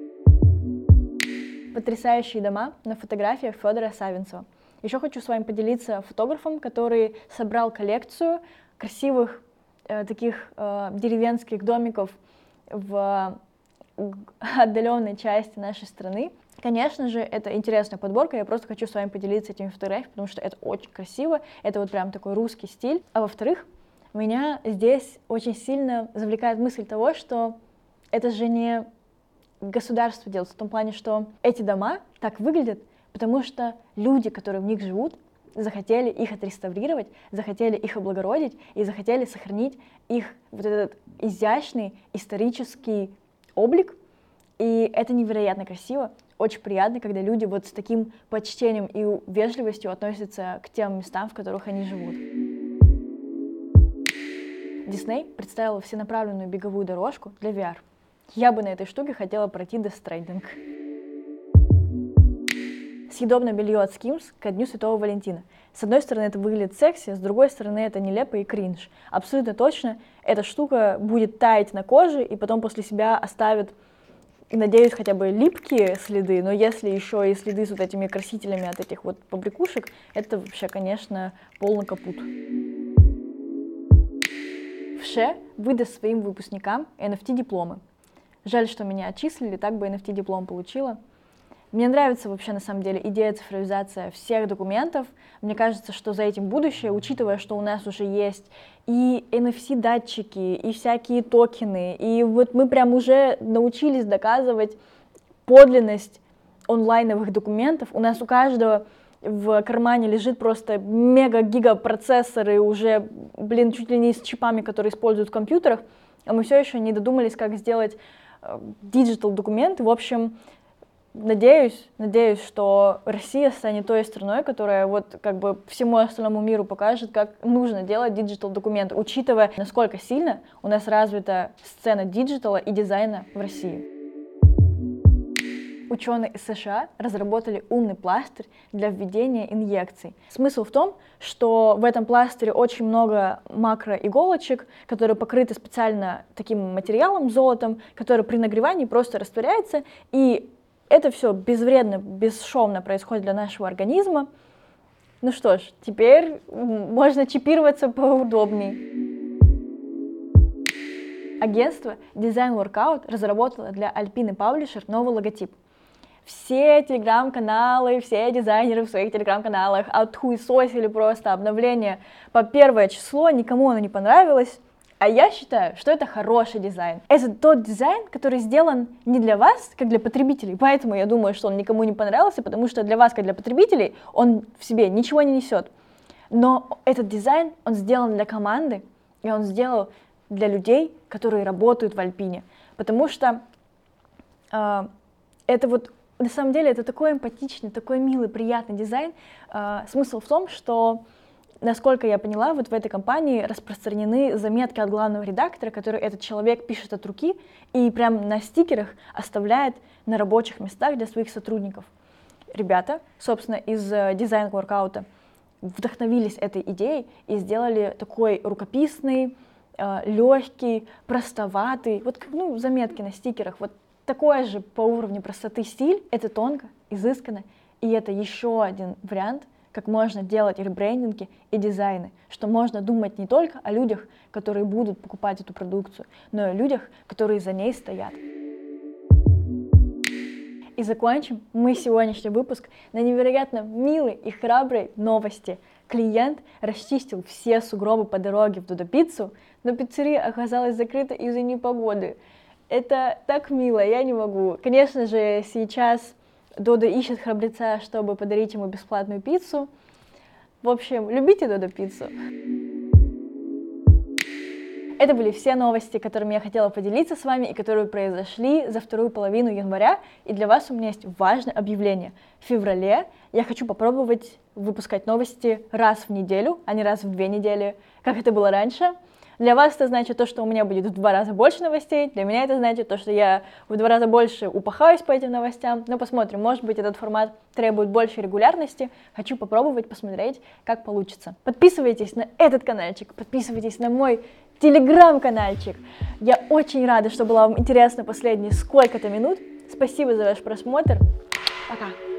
Потрясающие дома на фотографиях Федора Савинцева. Еще хочу с вами поделиться фотографом, который собрал коллекцию красивых э, таких э, деревенских домиков в отдаленной части нашей страны. Конечно же, это интересная подборка, я просто хочу с вами поделиться этими фотографиями, потому что это очень красиво, это вот прям такой русский стиль. А во-вторых, меня здесь очень сильно завлекает мысль того, что это же не государство делает, в том плане, что эти дома так выглядят, потому что люди, которые в них живут, захотели их отреставрировать, захотели их облагородить и захотели сохранить их вот этот изящный исторический облик. И это невероятно красиво, очень приятно, когда люди вот с таким почтением и вежливостью относятся к тем местам, в которых они живут. Дисней представила всенаправленную беговую дорожку для ви ар. Я бы на этой штуке хотела пройти Death Stranding. Съедобное белье от Skims ко Дню Святого Валентина. С одной стороны, это выглядит секси, с другой стороны, это нелепо и кринж. Абсолютно точно, эта штука будет таять на коже и потом после себя оставит, надеюсь, хотя бы липкие следы, но если еще и следы с вот этими красителями от этих вот побрякушек, это вообще, конечно, полный капут. ВШЭ выдаст своим выпускникам эн эф ти-дипломы. Жаль, что меня отчислили, так бы эн эф ти-диплом получила. Мне нравится вообще, на самом деле, идея цифровизации всех документов. Мне кажется, что за этим будущее, учитывая, что у нас уже есть и эн эф си-датчики, и всякие токены, и вот мы прям уже научились доказывать подлинность онлайновых документов. У нас у каждого в кармане лежит просто мега-гига-процессоры уже, блин, чуть ли не с чипами, которые используют в компьютерах, а мы все еще не додумались, как сделать диджитал-документы. В общем, Надеюсь, надеюсь, что Россия станет той страной, которая вот как бы всему остальному миру покажет, как нужно делать диджитал-документы, учитывая, насколько сильно у нас развита сцена диджитала и дизайна в России. Ученые из США разработали умный пластырь для введения инъекций. Смысл в том, что в этом пластыре очень много макроиголочек, которые покрыты специально таким материалом, золотом, который при нагревании просто растворяется, и это все безвредно, бесшовно происходит для нашего организма. Ну что ж, теперь можно чипироваться поудобней. Агентство Design Workout разработало для Alpine Publisher новый логотип. Все телеграм-каналы, все дизайнеры в своих телеграм-каналах отхуесосили просто обновление по первое число, никому оно не понравилось. А я считаю, что это хороший дизайн. Это тот дизайн, который сделан не для вас, как для потребителей, поэтому я думаю, что он никому не понравился, потому что для вас, как для потребителей, он в себе ничего не несет. Но этот дизайн, он сделан для команды, и он сделан для людей, которые работают в Альпине, потому что э, это вот, на самом деле, это такой эмпатичный, такой милый, приятный дизайн. Э, смысл в том, что, насколько я поняла, вот в этой компании распространены заметки от главного редактора, которые этот человек пишет от руки и прям на стикерах оставляет на рабочих местах для своих сотрудников. Ребята, собственно, из Design Workout вдохновились этой идеей и сделали такой рукописный, легкий, простоватый, вот как, ну, заметки на стикерах, вот такой же по уровню простоты стиль. Это тонко, изысканно, и это еще один вариант, как можно делать ребрендинги и дизайны, что можно думать не только о людях, которые будут покупать эту продукцию, но и о людях, которые за ней стоят. И закончим мы сегодняшний выпуск на невероятно милой и храброй новости. Клиент расчистил все сугробы по дороге в Додо-пиццу, но пиццерия оказалась закрыта из-за непогоды. Это так мило, я не могу. Конечно же, сейчас Додо ищет храбреца, чтобы подарить ему бесплатную пиццу. В общем, любите Додо-пиццу. Это были все новости, которыми я хотела поделиться с вами и которые произошли за вторую половину января. И для вас у меня есть важное объявление. В феврале я хочу попробовать выпускать новости раз в неделю, а не раз в две недели, как это было раньше. Для вас это значит то, что у меня будет в два раза больше новостей, для меня это значит то, что я в два раза больше упахаюсь по этим новостям, но посмотрим, может быть, этот формат требует большей регулярности, хочу попробовать, посмотреть, как получится. Подписывайтесь на этот каналчик, подписывайтесь на мой телеграм-канальчик. Я очень рада, что было вам интересно последние сколько-то минут. Спасибо за ваш просмотр. Пока.